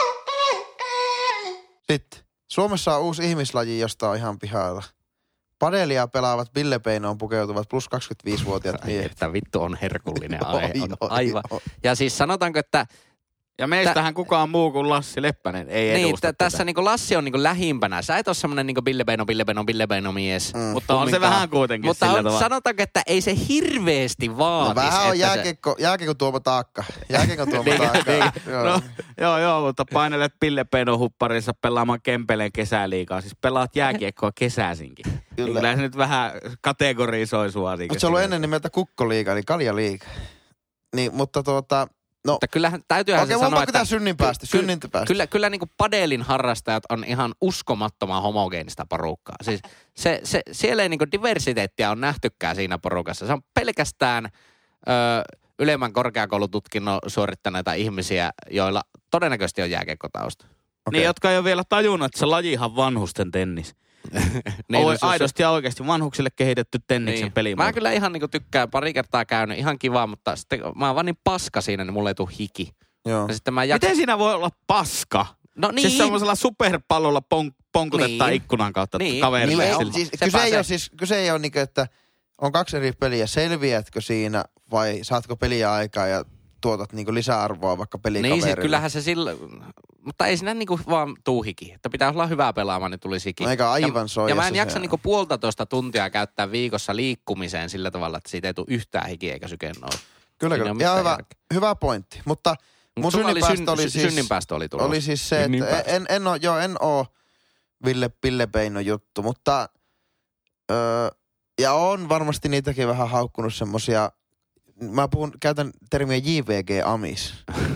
Sitten. Suomessa on uusi ihmislaji, josta on ihan pihalla. Padelia pelaavat billepeinoon pukeutuvat plus kaksikymmentäviisivuotiaat miehet. Että vittu on herkullinen aihe. Oi, On oi, aivan. oi. Ja siis sanotaanko, että Ja meistähän kukaan muu kuin Lassi Leppänen ei niin, edusta t- tässä tätä. niinku Lassi on niinku lähimpänä. Sä et ole semmonen niinku billebeino, billebeino, billebeino mies. Mm. Mutta on se Kumminkaan. vähän kuitenkin Mutta sillä on, tavalla. sanotaanko, että ei se hirveästi vaatisi. No vähän on että jääkiekko, jääkiekko tuoma taakka. Jääkiekko tuoma Niin, taakka. niin. Joo. No, joo, joo, mutta painelet pillepeinon hupparissa pelaamaan Kempeleen kesäliigaa. Siis pelaat jääkiekkoa kesäisinkin. Kyllä. Niin kyllä se nyt vähän kategorisoi sua. Mutta se on ollut ennen nimeltä kukkoliiga, eli kaljaliiga. Niin, mutta tuota... No, Mutta kyllähän täytyyhän okei, se mun sanoa, pakko että... tää synnin päästä, ky- synnin päästä. Kyllä, kyllä niinku padelin harrastajat on ihan uskomattoman homogeenista porukkaa. Siis se, se, siellä ei niinku diversiteettiä on nähtykään siinä porukassa. Se on pelkästään ö, ylemmän korkeakoulututkinnon suorittaneita ihmisiä, joilla todennäköisesti on jääkiekkotausta. Niin, jotka ei ole vielä tajunnut, että se lajihan vanhusten tennis. Niin, Oi, no se- aidosti ja oikeasti vanhuksille kehitetty tenniksen Niin. pelimuoto. Mä kyllä ihan niinku tykkään, pari kertaa käynyt, ihan kiva, mutta sitten mä oon vaan niin paska siinä, niin mulle ei tule hiki. Joo. Ja sitten mä jaksan... Miten siinä voi olla paska? No niin. Siis semmoisella superpallolla pon- ponkutetaan Niin. ikkunan kautta Niin. kaverille. Niin, Sillä- on, siis, se kyse, ei pääsee- ole, siis, kyse ei ole niin, että on kaksi eri peliä. Selviätkö siinä vai saatko peliä aikaa ja tuotat niin lisäarvoa vaikka pelikaverille? Niin, siis kyllähän se sillä... Mutta ei siinä niinku vaan tuu hiki. Että pitää olla hyvää pelaamaan, niin tulisi hiki. No eikä aivan ja, soijassa ja mä en se jaksa on. niinku puolitoista tuntia käyttää viikossa liikkumiseen sillä tavalla, että siitä ei tule yhtään hiki eikä syke nousu. Kyllä, Siinä kyllä. on Ihan mitään hyvä, järkeä. hyvä pointti. Mutta mun Mut sulla oli synninpäästö oli, syn- siis... synninpäästö oli tulossa. Oli siis se, että Synninpäästö. en, en, oo, joo, en oo Ville Pillepeino juttu, mutta... Öö, ja on varmasti niitäkin vähän haukkunut semmosia... Mä puhun, käytän termiä J V G-amis.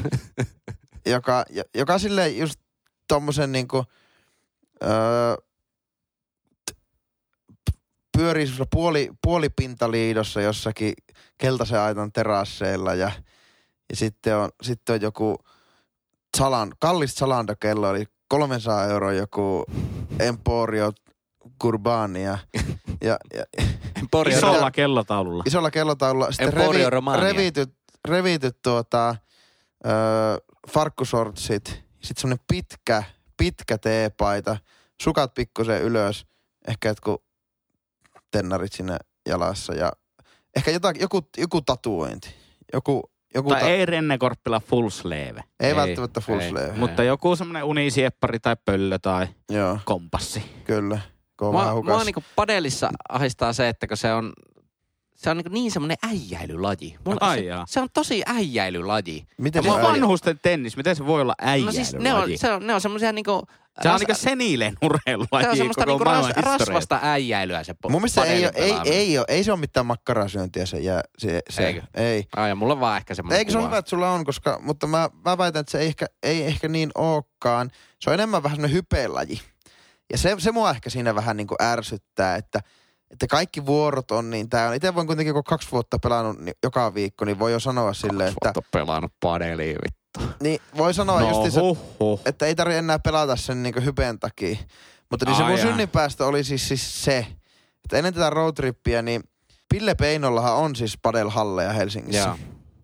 joka, joka silleen just tommosen niinku... Öö, t- pyörii semmoisella puoli, puolipintaliidossa jossakin keltaisen aitan terasseilla ja, ja sitten, on, sitten on joku salan, kallis Zalando-kello, eli kolmesataa euroa joku Emporio Gurbani ja, ja, ja Emporio, Isolla kellotaululla. isolla kellotaululla sitten Emporio revi, Romania. revityt, revityt tuota, ö, farkkusortsit, sitten semmonen pitkä, pitkä teepaita, sukat pikkusen ylös, ehkä jotkut tennarit siinä jalassa ja ehkä jotain, joku, joku tatuointi. Joku, joku Tai ta- ei Renne Korppila full sleeve. ei, ei, välttämättä full ei. sleeve. Mutta joku semmoinen unisieppari tai pöllö tai Joo, kompassi. kyllä. kovaa Mua, hukas. mua niinku padelissa ahistaa se, että kun se on, se on niin, niin semmoinen äijäilylaji. Mulla Ai se, jaa. se on tosi äijäilylaji. Miten Siis se äijä- vanhusten tennis, miten se voi olla äijäilylaji? No siis ne on, se on, ne on semmoisia niinku... Se on ras- niinku seniilen urheilulaji se on semmoista koko niinku ras, maailman historiasta. rasvasta äijäilyä se po- Mun mielestä ei, padelin oo- ei, pelaaminen. ei, ole, ei se ole mitään makkarasyöntiä se jää. Se, se, Eikö? ei. Ai, ja mulla on vaan ehkä semmoinen Eikö se ole hyvä, että sulla on, koska, mutta mä, mä väitän, että se ei ehkä, ei ehkä niin olekaan. Se on enemmän vähän semmoinen hypelaji. Ja se, se mua ehkä siinä vähän niin kuin ärsyttää, että, että kaikki vuorot on niin tää on. Itse voin kuitenkin, kun kaksi vuotta pelannut niin joka viikko, niin voi jo sanoa silleen, että... Kaksi vuotta pelannut padeliin, vittu. Niin voi sanoa No justiinsa, huh, huh. että ei tarvitse enää pelata sen niin hypen takia. Mutta niin se Ai mun jaa. synninpäästö oli siis, siis se, että ennen tätä roadtrippiä, niin Pille Peinollahan on siis padelhalleja Helsingissä. Joo.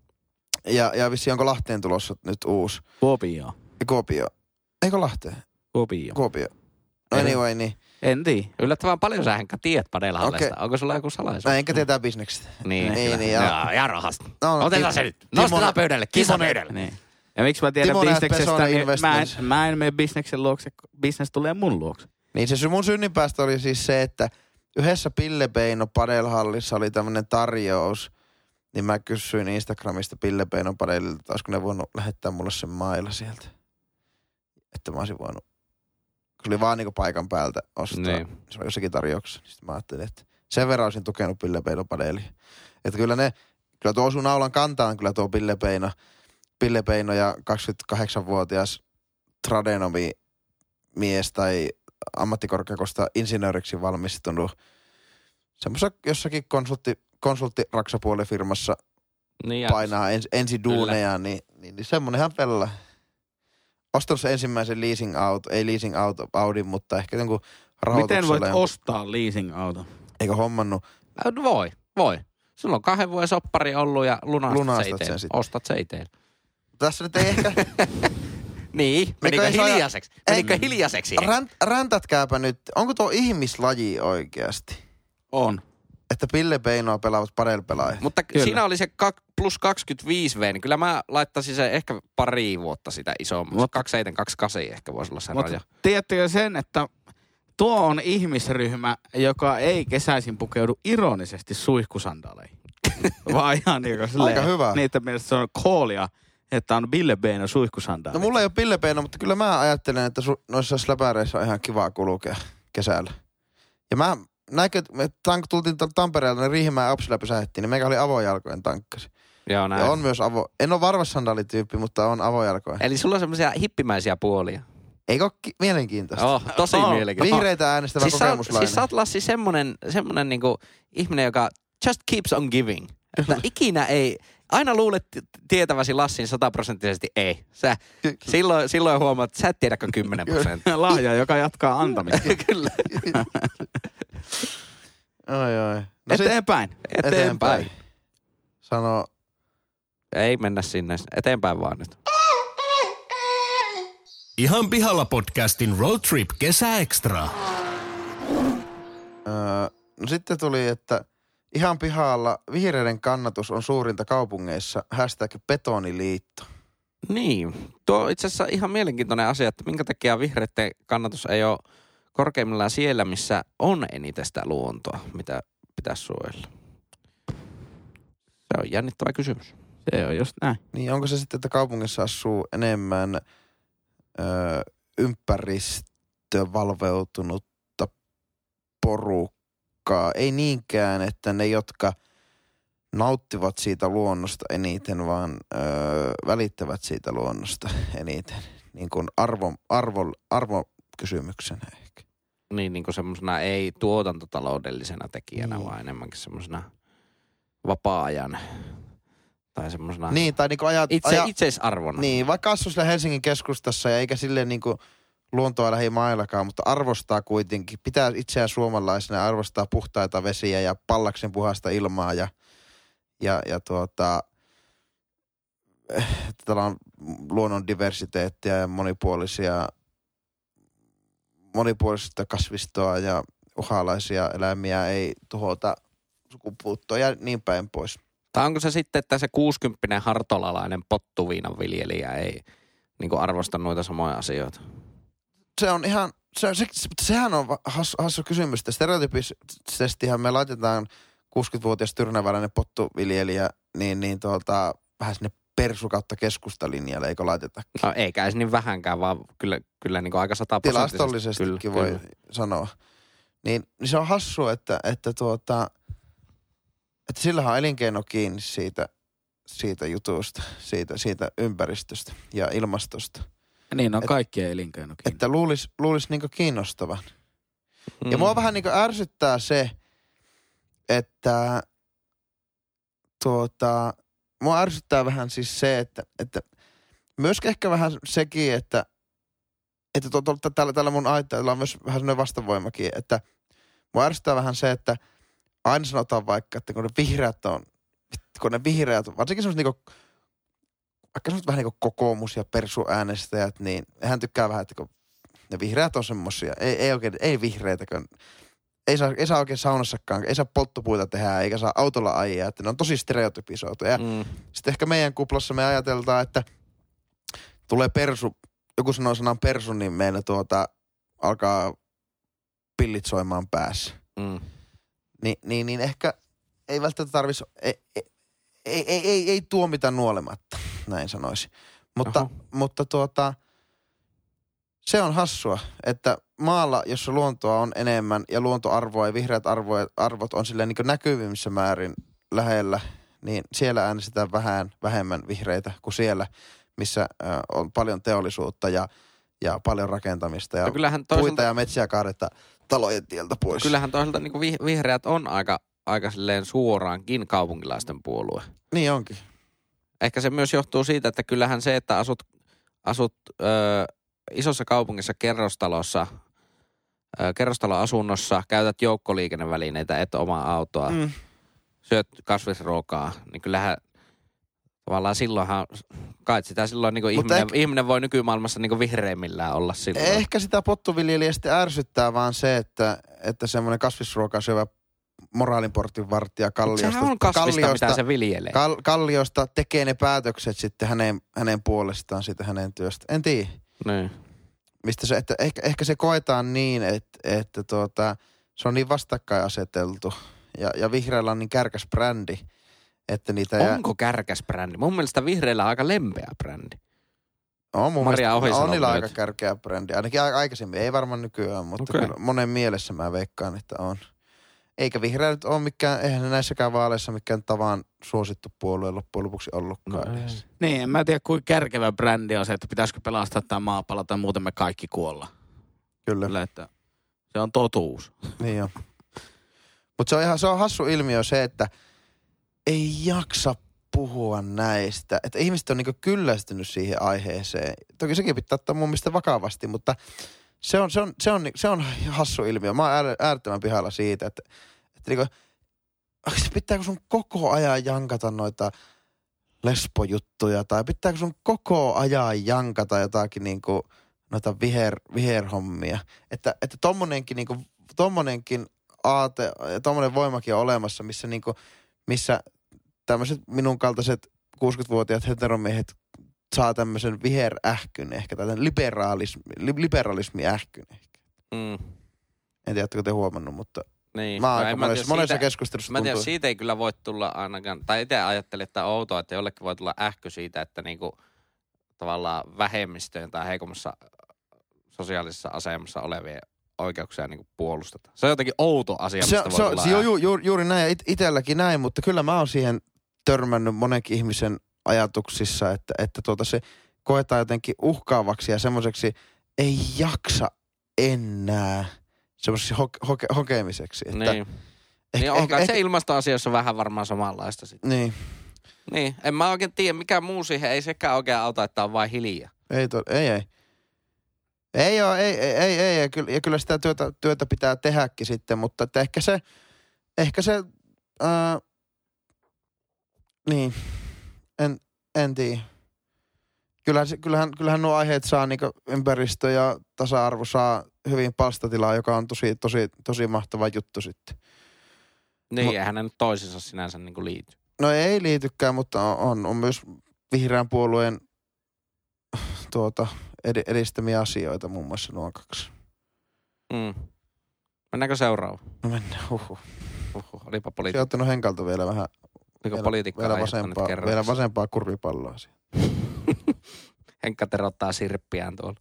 Ja, ja vissiin onko Lahteen tulossa nyt uusi? Kuopio. Ja Kuopio. Eikö Lahteen? Kuopio. Kuopio. No anyway, niin. En tiedä. Yllättävän paljon sä Henkka tiedät padelhallesta. Okei. Onko sulla joku salaisuus? No enkä tietää bisneksestä. Niin, Niin, kyllä. niin, ja- ja, ja rahasta. No, Otetaan Tim- se nyt. Timonen- Nostetaan pöydälle. Kisa Timonen- pöydälle. Niin. Ja miksi mä tiedän Timonen bisneksestä, Pesonen niin mä en, Investments. mä en mene bisneksen luokse, bisnes tulee mun luokse. Niin se mun synninpäästö oli siis se, että yhdessä Pille Peino padelhallissa oli tämmönen tarjous. Niin mä kysyin Instagramista Pille Peino padelilta, että olisiko ne voinut lähettää mulle sen maila sieltä. Että mä olisin voinut, kun se oli vaan niinku paikan päältä ostaa. Niin. Se oli jossakin tarjouksessa. Niin sitten mä ajattelin, että sen verran olisin tukenut Pille Peino padelia. Että kyllä ne, kyllä tuo sun naulan kantaan kyllä tuo Pille Peino, Pille Peino ja kaksikymmentäkahdeksanvuotias tradenomi mies tai ammattikorkeakosta insinööriksi valmistunut semmoisessa jossakin konsultti, konsulttiraksapuolifirmassa Niin, ja painaa ens, ensi duuneja, niin, niin, niin semmonenhan pelaa. Ostanut se ensimmäisen leasing auto, ei leasing auto, Audi, mutta ehkä jonkun rahoituksella. Miten voit jonkun- ostaa leasing-auton? Eikö hommannut? No voi, voi. Sulla on kahden vuoden soppari ollut ja lunastat, Lunastat se sen itse. sitten. Ostat se itse. Tässä nyt ei ehkä... Niin, menikö ei saa- hiljaiseksi? Menikö Ei. hiljaiseksi? Ränt, räntätkääpä nyt. Onko tuo ihmislaji oikeasti? On. Että Pille Peinoa pelaavat padelpelaajat. Mutta Kyllä. siinä oli se kak- plus kaksikymmentäviisi V, niin kyllä mä laittaisin se ehkä pari vuotta sitä isommaksi. Mut- kaksikymmentäseitsemän kaksikymmentäkahdeksan ehkä voisi olla se Mutta raja. tiedättekö sen, että tuo on ihmisryhmä, joka ei kesäisin pukeudu ironisesti suihkusandaleihin. Vaan ihan niin kuin silleen, Aika hyvä. niitä mielestä se on koolia, että on Bille Beino suihkusandaalit. No mulla ei ole Pille Peino, mutta kyllä mä ajattelen, että su, noissa släpäreissä on ihan kivaa kulkea kesällä. Ja mä, näinkö, me tank, tultiin tuolta Tampereelta, niin Riihimäen Apsilla pysähdettiin, niin meikä oli avojalkojen tankkasi. Joo, näin. Ja on myös avo, en ole varvassandaalityyppi, mutta on avojalkoja. Eli sulla on semmoisia hippimäisiä puolia. Eikö ole ki- mielenkiintoista? Oh, tosi Oh. mielenkiintoista. Vihreitä äänestävä Siis sä, oot- kokemuslainen. siis sä oot Lassi semmonen, semmonen niinku ihminen, joka just keeps on giving. Että ikinä ei, aina luulet tietäväsi Lassin sataprosenttisesti ei. Sä, silloin, silloin huomaat, että sä et tiedäkö kymmenen prosenttia. Lahja, joka jatkaa antamista. Kyllä. Oi, oi. No sit Eteenpäin. Eteenpäin. Sano, Ei mennä sinne. Eteenpäin vaan nyt. Ihan pihalla podcastin Road Trip Kesäekstra. öö, no sitten tuli, että ihan pihalla vihreiden kannatus on suurinta kaupungeissa. Hashtag betoniliitto. Niin. Tuo on itse asiassa ihan mielenkiintoinen asia, että minkä takia vihreiden kannatus ei ole korkeimmillaan siellä, missä on eniten sitä luontoa, mitä pitäisi suojella. Se on jännittävä kysymys. Se on just näin. Niin onko se sitten, että kaupungissa asuu enemmän öö, ympäristövalveutunutta porukkaa? Ei niinkään, että ne, jotka nauttivat siitä luonnosta eniten, vaan öö, välittävät siitä luonnosta eniten. Niin kuin arvo, arvo, arvokysymyksenä ehkä. Niin, niin kuin semmoisena ei tuotantotaloudellisena tekijänä, Niin. vaan enemmänkin semmoisena vapaa-ajan tai semmoisena Niin, tai niin kuin ajat... itse, aja, itseisarvona. Niin, vaikka asuu siellä Helsingin keskustassa ja eikä silleen niin kuin luontoa lähimaillakaan, mutta arvostaa kuitenkin, pitää itseään suomalaisena, arvostaa puhtaita vesiä ja pallaksen puhasta ilmaa ja, ja, ja tuota, että täällä on luonnon diversiteettiä ja monipuolisia, monipuolista kasvistoa ja uhalaisia eläimiä ei tuhota sukupuuttoa ja niin päin pois. Tai onko se sitten, että se kuusikymppinen hartolalainen pottuviinan viljelijä ei niin kuin arvosta noita samoja asioita? Se on ihan, se, se, se, sehän on hassu, hassu kysymys. Stereotypisestihän me laitetaan kuusikymmentävuotias tyrnäväläinen pottuviljelijä niin, niin tuolta, vähän sinne persu kautta keskustalinjalle, eikö laiteta? No eikä edes niin vähänkään, vaan kyllä, kyllä niin kuin aika sataprosenttisesti. Tilastollisestikin voi kyllä sanoa. Niin, niin se on hassua, että, että, tuota, että sillähän on elinkeino kiinni siitä, siitä jutusta, siitä, siitä ympäristöstä ja ilmastosta. Niin on Et, kaikkien elinkeino kiinni. Että luulisi luulis niinku kiinnostavan. Mm. Ja mua vähän niinku ärsyttää se, että tuota, mua ärsyttää vähän siis se, että, että myöskin ehkä vähän sekin, että, että to, to, tällä, tällä mun aitteella on myös vähän sellainen vastavoimakin, että mua ärsyttää vähän se, että aina sanotaan vaikka, että kun ne vihreät on, kun ne vihreät on, varsinkin semmoiset niinku, vaikka semmoiset vähän niinku kokoomus- ja persuäänestäjät, niin hän tykkää vähän, että kun ne vihreät on semmosia, ei, ei oikein, ei vihreitäkään, ei saa, ei saa oikein saunassakaan, ei saa polttopuita tehdä, eikä saa autolla ajaa, että ne on tosi stereotypisoituja. Mm. Sitten ehkä meidän kuplassa me ajatellaan, että tulee persu, joku sanoo sanan persu, niin meillä tuota alkaa pillit soimaan päässä. Mm. Ni, niin, niin ehkä ei välttämättä tarvitsisi, ei, ei, ei, ei, ei, ei tuomita nuolematta, näin sanoisin. Mutta, Oho. mutta tuota, se on hassua, että maalla, jossa luontoa on enemmän ja luontoarvoa ja vihreät arvoja, arvot on silleen niin näkyvimmissä määrin lähellä, niin siellä äänestetään vähän vähemmän vihreitä kuin siellä, missä äh, on paljon teollisuutta ja, ja paljon rakentamista ja no toisaalta, puita ja metsiä kaadetta talojen tieltä pois. Kyllähän toisaalta niin kuin vihreät on aika, aika silleen suoraankin kaupunkilaisten puolue. Niin onkin. Ehkä se myös johtuu siitä, että kyllähän se, että asut, asut öö, isossa kaupungissa kerrostalossa, öö, kerrostaloasunnossa, käytät joukkoliikennevälineitä, et omaa autoa, mm. syöt kasvisruokaa, niin kyllähän tavallaan silloinhan, kai sitä silloin niin kuin ihminen, ehkä, ihminen voi nykymaailmassa niin kuin vihreimmillään olla silloin. Ehkä sitä pottuviljelijä sitten ärsyttää vaan se, että, että semmoinen kasvisruokaa syövä moraalinportin vartija Kalliosta. Sehän on kasvista, Kalliosta, mitä se viljelee. Kal, Kalliosta tekee ne päätökset sitten hänen, hänen puolestaan, siitä hänen työstä. En tiedä. Niin. Mistä se, että ehkä, ehkä se koetaan niin, että, että tuota, se on niin vastakkain aseteltu. Ja, ja vihreällä on niin kärkäs brändi, että niitä... Onko jää... kärkäs brändi? Mun mielestä vihreällä on aika lempeä brändi. On mun Maria mielestä, on niillä aika kärkeä brändi. Ainakin aikaisemmin, ei varmaan nykyään, mutta okay. Kyllä monen mielessä mä veikkaan, että on. Eikä vihreä nyt ole mikään, eihän ne näissäkään vaaleissa mikään tavan suosittu puolue loppujen lopuksi ollutkaan no, edes. Niin, en mä tiedä kuinka kärkevä brändi on se, että pitäisikö pelastaa tämä maapallo tai muuten me kaikki kuolla. Kyllä. Kyllä, että se on totuus. Niin on. Mutta se on ihan, se on hassu ilmiö se, että ei jaksa puhua näistä. Että ihmiset on niinku kyllästynyt siihen aiheeseen. Toki sekin pitää ottaa mun mielestä vakavasti, mutta se on, se on, se on, se on hassu ilmiö. Mä oon äärettömän pihalla siitä, että, että niinku, pitääkö sun koko ajan jankata noita lesbojuttuja tai pitääkö sun koko ajan jankata jotakin niinku noita viher, viherhommia. Että, että tommonenkin niinku, tommonenkin aate ja tommonen voimakin on olemassa, missä niinku, missä tämmöiset minun kaltaiset kuusikymmentävuotiaat heteromiehet saa tämmöisen viherähkyn ehkä, tai liberalismi, liberalismi-ähkyn ehkä. Mm. En tiedä, oletteko te huomannut, mutta niin. Mä oon no, aika monessa, monessa siitä, keskustelussa mä tiedän, siitä ei kyllä voi tulla ainakaan, tai itse ajattelin, että on outoa, että jollekin voi tulla ähky siitä, että niinku tavallaan vähemmistöjen tai heikommassa sosiaalisessa asemassa olevien oikeuksia niinku puolustetaan. Se on jotenkin outo asia, mistä se, voi se, tulla se, ju, ju, juuri näin, ja it, itselläkin näin, mutta kyllä mä oon siihen törmännyt monenkin ihmisen ajatuksissa, että, että tuota se koetaan jotenkin uhkaavaksi ja semmoiseksi ei jaksa enää semmoiseksi hoke, hoke, hokemiseksi. Että niin. Ehkä, niin onkaan ehkä, se ilmastoasioissa vähän varmaan samanlaista sitten. Niin. Niin, en mä oikein tiedä, mikä muu siihen, ei sekään oikein auta, että on vain hiljaa. Ei, to, ei, ei. Ei ole, ei, ei, ei, ei. Ja kyllä, ja kyllä sitä työtä, työtä pitää tehdäkin sitten, mutta että ehkä se, ehkä se, ää, niin, en, en tiedä. Kyllähän, kyllähän, kyllähän nuo aiheet saa, niin ympäristö ja tasa-arvo saa hyvin palstatilaa, joka on tosi, tosi, tosi mahtava juttu sitten. Niin, eihän ne nyt toisinsa sinänsä niin kuin liity. No ei liitykään, mutta on, on myös vihreän puolueen tuota, ed- edistämiä asioita, muun muassa nuo kaksi. Mm. Mennäänkö seuraava? No mennään, huhhuh. Uhuh, olipa Se on poliitikko. ottanut Henkalta vielä vähän, Oliko politiikkaa vielä, aiheuttanut vasempaa, kerran? vielä vasempaa kurvipalloa siihen. Henkka terottaa sirppiään tuolla.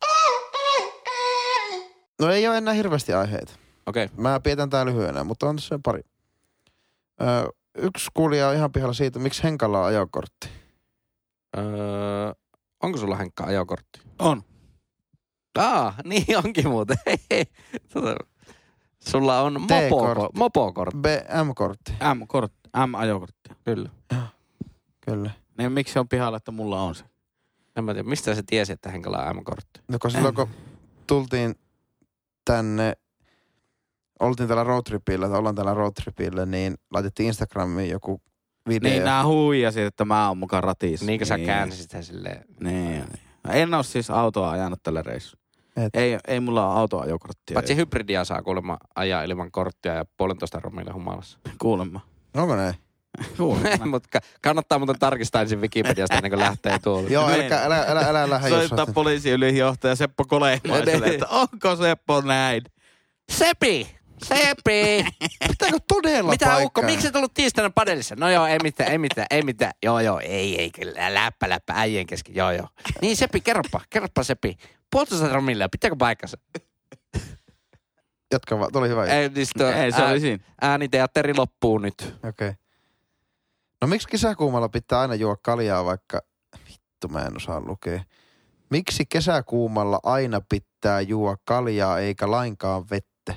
No ei ole enää hirveästi aiheita. Okei. Okay. Mä pietän tää lyhyenä, mutta on tässä pari. Öö, yksi kuulija on ihan pihalla siitä, miksi Henkalla on ajokortti. Öö, onko sulla Henkka ajokortti? On. Aa, niin onkin muuten. Tota, sulla on mopo, T-kortti. mopokortti. B M-kortti. M-kortti, M-ajokortti. Kyllä. Kyllä. Niin miksi se on pihalla, että mulla on se? En mä tiedä, mistä se tiesi, että Henkalla on M-kortti? No kun silloin kun tultiin tänne, oltiin täällä roadtripillä, tai ollaan täällä roadtripillä, niin laitettiin Instagramiin joku video. Niin nää huijasit, että mä oon mukaan ratissa. Niinkö sä käänsisit sen silleen? Niin, niin. En oo siis autoa ajanut tällä reissulla. Et. Ei, ei mulla ole autoajokorttia. Paitsi hybridia saa kuulemma ajaa ilman korttia ja puolentoista romille humalassa. Kuulemma. Onko näin? Kuulemma. Mutta kannattaa muuten tarkistaa ensin Wikipediasta ennen kuin lähtee tuolla. Joo, Niin. älä, älä, älä, älä lähde Soittaa jossain. poliisiylijohtaja Seppo Kolehmaiselle, että onko Seppo näin? Sepi! Sepi! Pitääkö todella Mitä paikkaa? Ukko, miksi et ollut tiistaina padelissa? No joo, ei mitään, ei mitään, ei mitään. Joo joo, ei, ei, kyllä, läppä, läppä, äijien kesken, joo joo. Niin Sepi, kerropa, kerropa Sepi. Puolitoista romille, pitääkö paikkansa? Jatka vaan, tuli hyvä. Ei, niin sit on Ei, se ää- oli siinä. Ääniteatteri loppuu nyt. Okei. Okay. No miksi kesäkuumalla pitää aina juoda kaljaa, vaikka... Vittu, mä en osaa lukea. Miksi kesäkuumalla aina pitää juoda kaljaa eikä lainkaan vettä?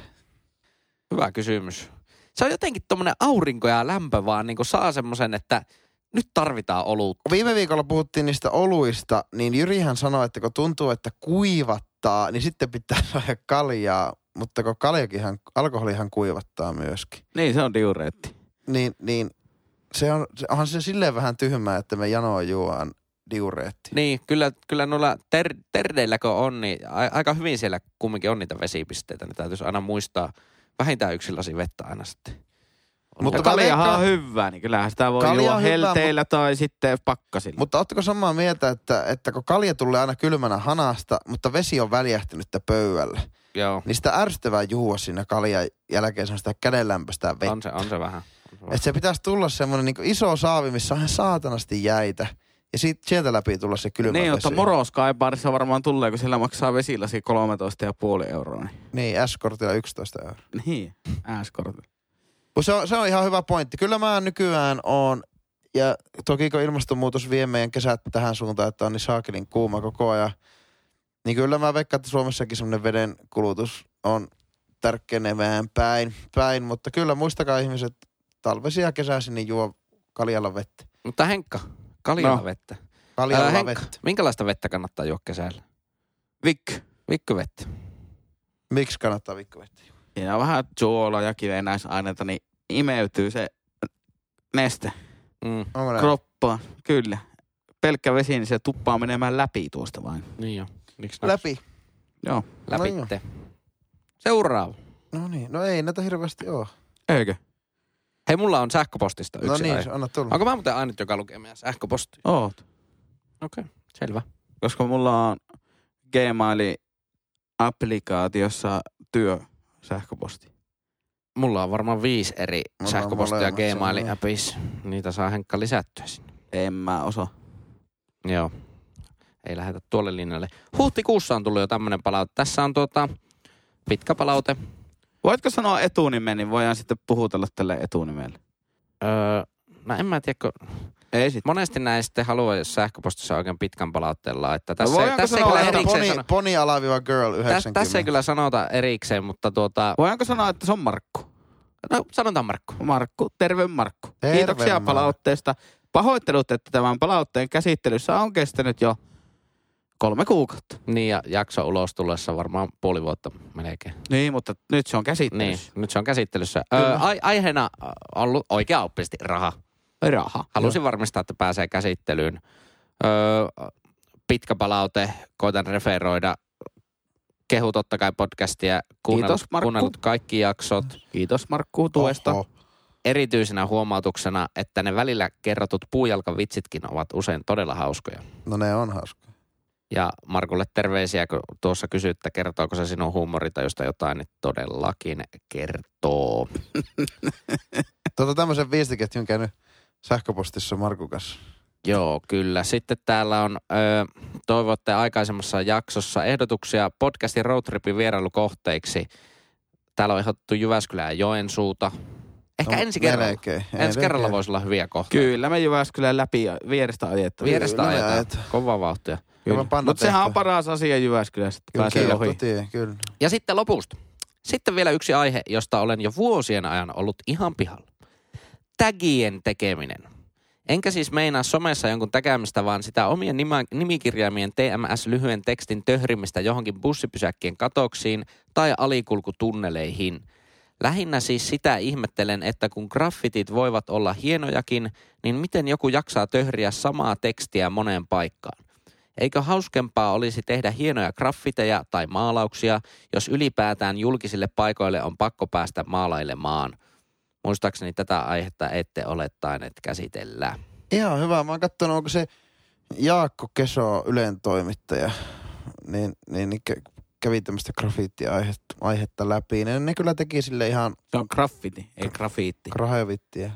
Hyvä kysymys. Se on jotenkin tommonen aurinko ja lämpö vaan niin saa semmosen, että nyt tarvitaan olutta. Viime viikolla puhuttiin niistä oluista, niin Jyrihän sanoi, että kun tuntuu, että kuivattaa, niin sitten pitää saada kaljaa. Mutta kun kaljakinhan, alkoholihan kuivattaa myöskin. Niin, se on diureetti. Niin, niin se on, se, onhan se silleen vähän tyhmää, että me janoa juodaan diureetti. Niin, kyllä, kyllä noilla ter, terdeilläkö on, niin a, aika hyvin siellä kumminkin on niitä vesipisteitä. Niin täytyisi aina muistaa vähintään yksi lasi vettä aina sitten. Mutta Mutta mä kaljahan on veikkaan- hyvä, niin kyllähän sitä voi Kalja juoda on hyvä, helteillä tai sitten pakkasilla. Mutta ootteko samaa mieltä, että, että kun kalja tulee aina kylmänä hanasta, mutta vesi on väljähtynyttä pöydällä, Joo, niin sitä ärsyttävää juua siinä kaljan jälkeen semmoista kädenlämpöistä vettä. on se, on se vähän. On se vähän. Että se pitäisi tulla semmoinen niin iso saavi, missä on ihan saatanasti jäitä. Ja sit, sieltä läpi tulla se kylmä Niin, vesi. mutta Moroskaiparissa varmaan tulee, kun sillä maksaa vesilasi kolmetoista pilkku viisi euroa. Niin, Niin, S-kortilla yksitoista euroa. niin ääskortilla. Mut Se on, se on ihan hyvä pointti. Kyllä mä nykyään on, ja toki kun ilmastonmuutos vie meidän kesät tähän suuntaan, että on niin saakelin kuuma koko ajan, niin kyllä mä veikkaan, että Suomessakin semmoinen veden kulutus on tärkenemään päin, päin. Mutta kyllä muistakaa ihmiset, talvesia ja kesäisin niin juo kaljalla vettä. Mutta Henkka, kaljalla No. vettä. Kaljalla Älä, Henkka, vettä. minkälaista vettä kannattaa juoda kesällä? Vik. Vikkyvettä. Miksi kannattaa vikkuvettä juoda? Siinä on vähän suolaa ja kivennäisaineita, niin imeytyy se neste Onko Mm. näin? kroppaan. Kyllä. Pelkkä vesi, niin se tuppaa menemään läpi tuosta vain. Niin jo. Miksi Läpi. Joo. Läpitte. Seuraava. No niin, no ei näitä hirveästi oo. Eikö? Hei, mulla on sähköpostista yksi No niin, aihe. anna tulla. Onko mä muuten ainut, joka lukee meidän sähköpostia? Oot. Okei, okay, selvä. Koska mulla on Gmail-applikaatiossa työ sähköposti. Mulla on varmaan viisi eri Mulla on sähköpostia molemmat, se on Gmail-appissa. Niitä saa Henkka lisättyä sinne. En mä osaa. Joo. Ei lähetä tuolle linjalle. Huhtikuussa on tullut jo tämmönen palaute. Tässä on tuota pitkä palaute. Voitko sanoa etunimen, niin voidaan sitten puhutella tälle etunimelle. Öö, mä en mä tiedä, kun Ei sit. monesti näin sitten haluaa, jos sähköpostissa oikein pitkän palautteen laittaa. Tässä, No ei, voidaanko tässä ei sanoa, kyllä että erikseen Poni, sano, poni alaviva girl täs, yhdeksänkymmentä. tässä ei kyllä sanota erikseen, mutta tuota, Voidaanko sanoa, että se on Markku? no sanotaan Markku. Markku, terve Markku. Terve, Kiitoksia Markku. palautteesta. Pahoittelut, että tämän palautteen käsittelyssä on kestänyt jo kolme kuukautta. Niin ja jakso ulos tullessa varmaan puoli vuotta melkein. Niin, mutta nyt se on Niin, käsittelyssä. nyt se on käsittelyssä. Öö, Kyllä. ai, aiheena on ollut oikeaoppisesti raha. Raha. Halusin varmistaa, että pääsee käsittelyyn. Öö, pitkä palaute, koitan referoida. Kehu totta kai podcastia, kuunnellut, Kiitos, Markku. kuunnellut kaikki jaksot. Kiitos Markku tuesta. Oho. Erityisenä huomautuksena, että ne välillä kerrotut puujalkavitsitkin ovat usein todella hauskoja. No ne on hauska. Ja Markulle terveisiä, kun tuossa kysyt, että kertooko se sinun huumoritajusta jotain, niin todellakin kertoo. Tota tämmöisen viestiketjun käynyt sähköpostissa Markun kanssa. Joo, kyllä. Sitten täällä on, ö, toivotte aikaisemmassa jaksossa ehdotuksia podcastin roadtripin vierailukohteiksi. Täällä on ehdotettu Jyväskylää ja Joensuuta. Ehkä No, ensi kerralla. melkein. Ei Ensi kerralla melkein. voisi olla hyviä kohteita. Kyllä me Jyväskylän läpi ja vierestä ajettavia. Vierestä Kyllä me ajetaan. ajetaan. Kovaa vauhtia. Kyllä. Mutta sehän on paras asia Jyväskylässä, että Kyllä, pääsee ohi. tie, kyllä. Ja sitten lopusta. Sitten vielä yksi aihe, josta olen jo vuosien ajan ollut ihan pihalla. Tagien tekeminen. Enkä siis meinaa somessa jonkun tägäämistä, vaan sitä omien nima, nimikirjaimien T M S-lyhyen tekstin töhrimistä johonkin bussipysäkkien katoksiin tai alikulkutunneleihin. Lähinnä siis sitä ihmettelen, että kun graffitit voivat olla hienojakin, niin miten joku jaksaa töhriä samaa tekstiä moneen paikkaan? Eikö hauskempaa olisi tehdä hienoja graffiteja tai maalauksia, jos ylipäätään julkisille paikoille on pakko päästä maalailemaan? Muistaakseni tätä aihetta ette ole tainneet käsitellä. Ihan hyvä. Mä oon katsonut, onko se Jaakko Keso, Ylen toimittaja, niin, niin, niin kävi tämmöistä grafiittia-aihetta aihetta läpi. Ne, ne kyllä teki sille ihan Se on graffiti, ei grafiitti. krahavittia.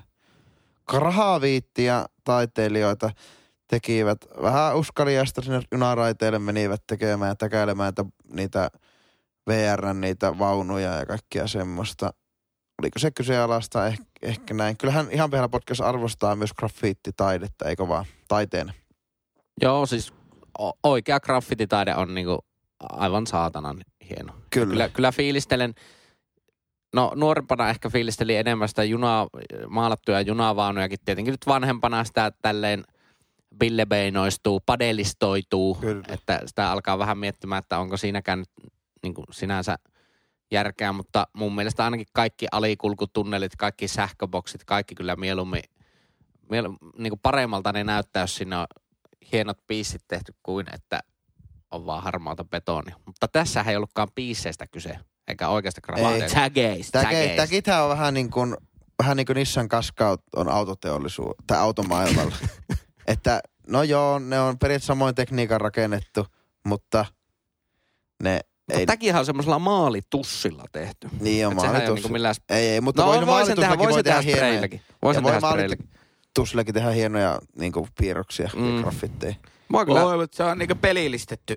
Krahaviittia taiteilijoita tekivät. Vähän uskaliasta sinne junaraiteille menivät tekemään ja täkäilemään niitä V R:n niitä vaunuja ja kaikkia semmoista. Oliko se kyseenalaista? Eh, ehkä näin. Kyllähän ihan pihalla podcast arvostaa myös graffiittitaidetta, eikö vaan taiteena? Joo, siis o- oikea graffititaide on niinku aivan saatanan hieno. Kyllä. Kyllä, kyllä fiilistelen, no nuorempana ehkä fiilistelin enemmän sitä junaa, maalattuja junavaunujakin. Tietenkin nyt vanhempana sitä tälleen billebeinoistuu, padelistoituu, Kyllä. että sitä alkaa vähän miettimään, että onko siinäkään nyt niin kuin sinänsä järkeä, mutta mun mielestä ainakin kaikki alikulkutunnelit, kaikki sähköboksit, kaikki kyllä mieluummin, mielu, niin kuin paremmalta ne näyttää, jos siinä on hienot biisit tehty kuin, että on vaan harmaata betonia. Mutta tässä ei ollutkaan biiseistä kyse, eikä oikeasta graffiteista. Tageista. Täge, tägithän on vähän niin kuin, vähän niin kuin Nissan Qashqai on autoteollisuus, tai automaailmalla. Että no joo, ne on periaatteessa samoin tekniikan rakennettu, mutta ne Mutta ei... tämäkin on semmoisella maalitussilla tehty. Niin on Et sehän ei ole maalitus. niinku millään... Ei, ei, mutta No voi, voisin tehdä, maalituslakin voisin tehdä hienoja. spreilläkin. Voisin Ja voi tehdä spreilläkin. maalituslakin tehdä hienoja niin kuin piirroksia Mm. ja graffitteja. Mua kyllä... Voi, mutta se on niinku pelillistetty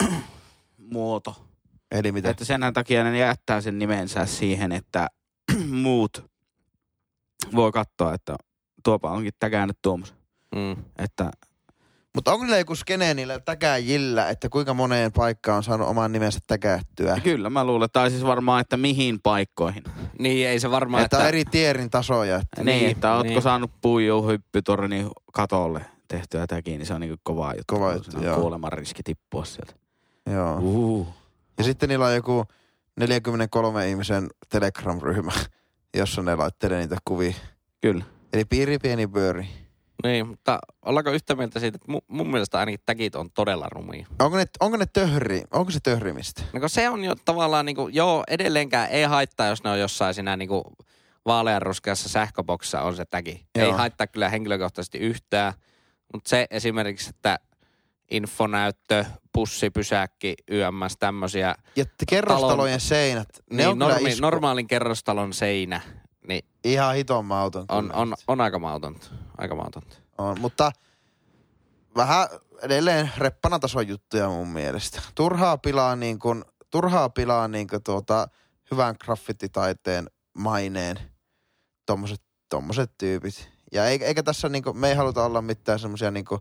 muoto. Eli mitä? Että sen takia ne jättää sen nimensä siihen, että muut voi katsoa, että tuopa onkin tägännyt tuommoisen. Mm. Että Mutta onko niillä joku skene niillä täkäjillä, että kuinka moneen paikkaan on saanut oman nimensä täkättyä? kyllä mä luulen, tai siis varmaan, että mihin paikkoihin. Niin, ei se varmaan, Että että... on eri tierin tasoja. Että Niin, Niin, että ootko niin. saanut puijuu hyppytornin katolle tehtyä täkin, niin se on niinku kova juttu. Kova kun juttu, siinä on joo. kuoleman riski tippua sieltä. Joo. Uh. Ja sitten niillä on joku neljäkymmentäkolme ihmisen Telegram-ryhmä, jossa ne laittelee niitä kuvia. Kyllä. Eli piiri pieni pyöri. Niin, mutta ollaanko yhtä mieltä siitä, että mu- mun mielestä ainakin tagit on todella rumia. Onko ne, onko ne töhri? Onko se töhrimistä? No kun se on jo tavallaan niinku, joo, edelleenkään ei haittaa, jos ne on jossain siinä niinku vaaleanruskeassa sähköboksissa on se tagi. Ei Joo. haittaa kyllä henkilökohtaisesti yhtään, mutta se esimerkiksi, että infonäyttö, pussipysäkki, Y M S, tämmöisiä. Ja te- kerrostalojen seinät, ne niin, on kyllä normi, isku. normaalin kerrostalon seinä, niin Ihan hiton mauton. on, kyllä. on, on aika mautonta. Aika mautonta. On, mutta vähän edelleen reppana tason juttuja mun mielestä. Turhaa pilaa niin kuin, turhaa pilaa niin kuin tuota hyvän graffititaiteen maineen tommoset, tommoset tyypit. Ja eikä, eikä tässä niinku, me ei haluta olla mitään semmosia niinku,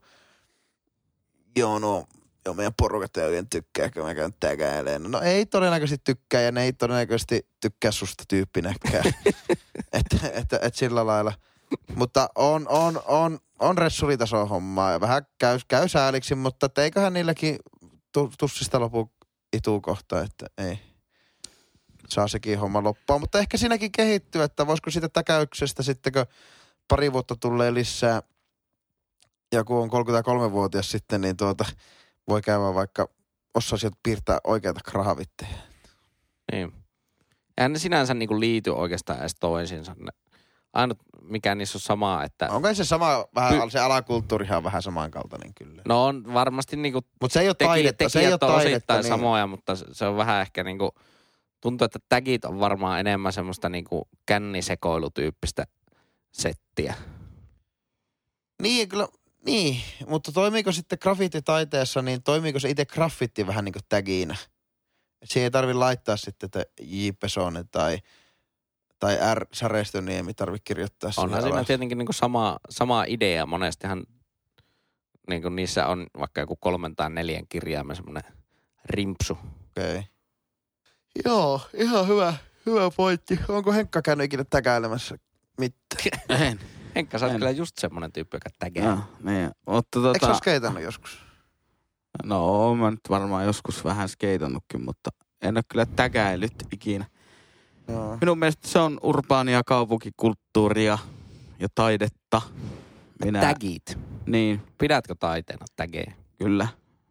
joo no, joo meidän porukat ei oikein tykkää, kun mä käyn täkäilemään. No ei todennäköisesti tykkää ja ne ei todennäköisesti tykkää susta tyyppinäkään. että et, et sillä lailla. Mutta on, on, on, on ressuritason hommaa ja vähän käy, käy sääliksi, mutta eiköhän niilläkin tu, tussista lopu ituu kohta, että ei saa sekin homma loppua. Mutta ehkä siinäkin kehittyy, että voisiko siitä täkäyksestä sitten, kun pari vuotta tulee lisää ja kun on kolmekymmentäkolmevuotias sitten, niin tuota voi käydä vaikka osaa sieltä piirtää oikeita krahavitteja. Niin. Eihän ne sinänsä niinku liity oikeastaan edes toisiinsa ne ainut mikä niissä on sama, että... Onko se sama, vähän, Py- se alakulttuurihan on vähän samankaltainen kyllä. No on varmasti niinku... Mutta se ei ole Teki, taidetta, se ei ole tekijät on taidetta. osittain Niin. samoja, mutta se- se on vähän ehkä niinku... Tuntuu, että tagit on varmaan enemmän semmoista niinku kännisekoilutyyppistä settiä. Niin, kyllä, niin, mutta toimiiko sitten graffititaiteessa, niin toimiiko se itse graffitti vähän niin kuin tagiina? Et siihen ei tarvitse laittaa sitten, että J. Pesonen tai, tai R. Sarestöniemi tarvitse kirjoittaa sinne Onhan siinä alas. tietenkin niinku sama, sama idea. Monestihan niinku niissä on vaikka joku kolmen tai neljän kirjaimen semmoinen rimpsu. Okei. Okay. Joo, ihan hyvä, hyvä pointti. Onko Henkka käynyt ikinä täkäilemässä mitään? En. Henkka, sä oot En. kyllä just semmoinen tyyppi, joka tägää. No, niin. Mutta Eikö sä tota, ole skeitannut joskus? no oon mä nyt varmaan joskus vähän skeitannutkin, mutta en ole kyllä tägäillyt ikinä. Joo. Minun mielestä se on urbaania kaupunkikulttuuria ja taidetta. Minä, Tagit. Niin, Pidätkö taiteena tägejä? kyllä.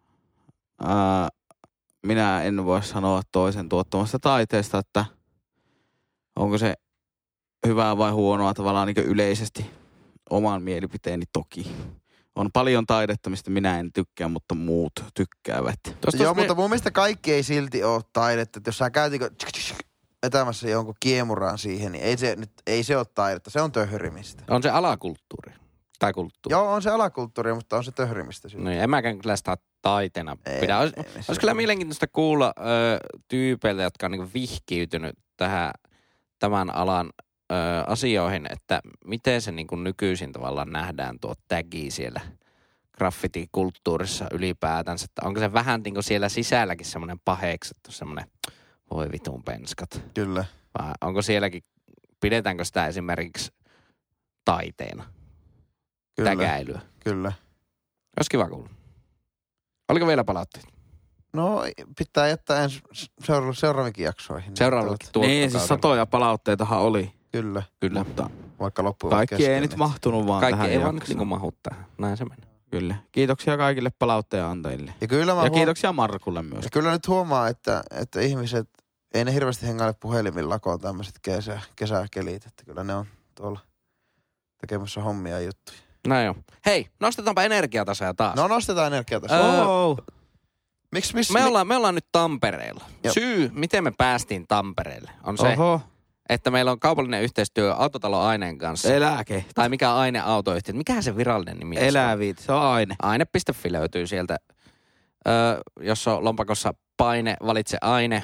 Ää, minä en voi sanoa toisen tuottamasta taiteesta, että onko se hyvää vai huonoa tavallaan niin yleisesti. Oman mielipiteeni toki. On paljon taidetta, mistä minä en tykkää, mutta muut tykkäävät. Tuosta Joo, me- mutta mun mielestä kaikki ei silti ole taidetta. Että jos sä käyt niinku vetämässä jonkun kiemuraan siihen, niin ei se, nyt, ei se ole taidetta. Se on töhrimistä. On se alakulttuuri. Tai kulttuuri. Joo, on se alakulttuuri, mutta on se töhrimistä silti. Niin, en mäkään kyllä sitä taiteena Ei, pidä. Olis, ei, ei, se olisi kyllä on- mielenkiintoista kuulla ö, tyypeiltä, jotka on niinku vihkiytynyt tähän tämän alan ö, asioihin, että miten se niinku nykyisin tavallaan nähdään tuo tagi siellä graffitikulttuurissa ylipäätänsä. Että onko se vähän niinku siellä sisälläkin semmoinen paheksuttu, semmoinen voi vitun penskat. Kyllä. Vai onko sielläkin, pidetäänkö sitä esimerkiksi taiteena, Kyllä. tägäilyä? Kyllä. Olisi kiva kuulla. Oliko vielä palautteita? No pitää jättää ensi seura- seuraavikin jaksoihin. Seuraavallakin Niin, siis tuottokaudella. satoja palautteitahan oli, Kyllä. Kyllä. mutta Vaikka loppuun kaikki ei nyt mahtunut vaan Kaikki tähän ei vaan nyt jaksoon. niinku mahu tähän. Näin se menee. Kyllä. Kiitoksia kaikille palautteen antajille. Ja kyllä mä Ja huom- kiitoksia Markulle myös. ja kyllä nyt huomaa, että, että ihmiset, ei ne hirveästi hengaile puhelimilla, kun on tämmöiset kesä, kesäkelit. Että kyllä ne on tuolla tekemässä hommia ja juttuja. No joo. Hei, nostetaanpa energiatasoja taas. No nostetaan energiaa tässä. Öö, Oh. Miksi, missä? me, ollaan, me ollaan nyt Tampereella. Joo. Syy, miten me päästiin Tampereelle, on se, Oho, että meillä on kaupallinen yhteistyö Autotalo Aineen kanssa. eläke. Tai mikä Aine autoyhtiö. Mikähän se virallinen nimi on? Eläviit, se on aine. Aine piste fi löytyy sieltä. Öö, jos on lompakossa paine, valitse Aine.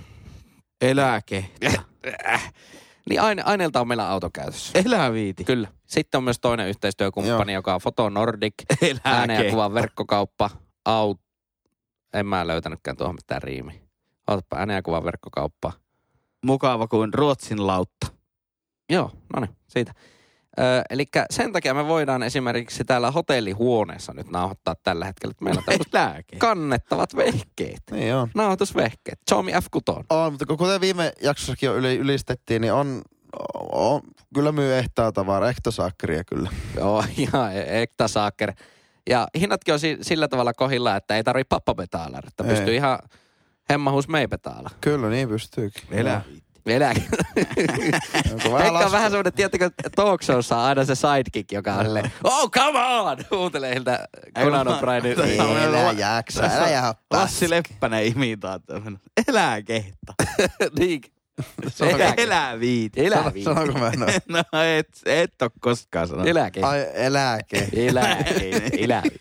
Eläke. Niin aine, Aineelta on meillä auto käytössä. Eläviiti. Kyllä. Sitten on myös toinen yhteistyökumppani, Joo. joka on Foto Nordic. Äänen ja kuvan verkkokauppa. Aut. En mä löytänytkään tuohon mitään riimiä. Ootapa äänen ja kuvan verkkokauppa. Mukava kuin Ruotsin lautta. Joo, no niin, siitä. Öö, eli sen takia me voidaan esimerkiksi täällä hotellihuoneessa nyt nauhoittaa tällä hetkellä. Että meillä on tämmöiset Eläke. kannettavat vehkeet. Niin on. Nauhoitusvehkeet. Xiaomi F kuusi. On, mutta kuten viime jaksossakin jo yli, ylistettiin, niin on, on kyllä myy ehtaa tavaraa, ehtosaakkeria kyllä. Joo, ihan ektasaaker. Ja hinnatkin on si- sillä tavalla kohilla, että ei tarvii pappabetaalar. Että Ei. pystyy ihan hemmahus meipetaala. Kyllä, niin pystyykin. Eläviiti. Eläke. Onko vähän Heikka on lasku? vähän semmoinen, tiedättekö, talk showssa on aina se sidekick, joka on silleen, oh come on! Huutelee heiltä Conan O'Brienin. Ei, älä jaksa, älä jaha Lassi Leppänen imitaatio. Eläkehta. Niin. Eläke. Eläviiti. Eläviin. Sanonko mä noin? No et, et ole koskaan sanonut. Eläke. Ai, eläke. Eläke. Eläke.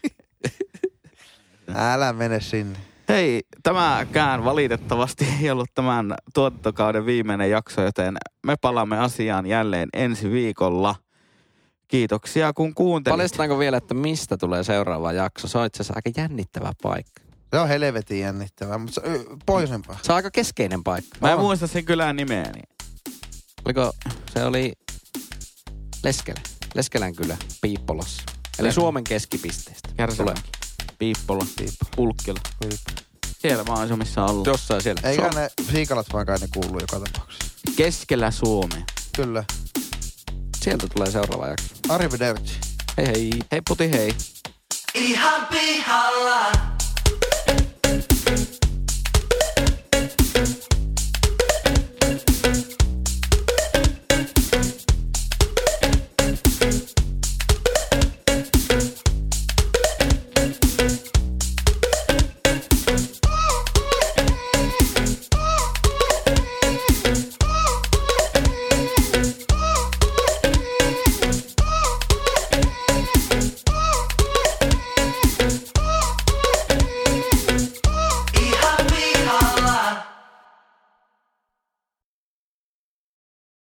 Älä mene sinne. Hei, tämäkään valitettavasti ei ollut tämän tuotantokauden viimeinen jakso, joten me palaamme asiaan jälleen ensi viikolla. Kiitoksia kun kuuntelit. Paljastetaanko vielä, että mistä tulee seuraava jakso? Se on itse asiassa aika jännittävä paikka. Se on helvetin jännittävää, mutta se, ö, pohjoisempaa. Se on aika keskeinen paikka. Mä en muista sen kylän nimeä. Niin. Oliko, se oli Leskelä. Leskelän kylä, Piippolassa. Eli Suomen keskipisteestä. Kärsämäki. Piippola. Piippola. Pulkkila. Siellä mä oon se, missä ollaan. Jossain siellä. Eikä Suom- ne siikalat vaan kai ne kuuluu joka tapauksessa. Keskellä Suomea. Kyllä. Sieltä tulee seuraava jakso. Arrivederci. Hei hei. Hei puti hei. Ihan pihalla.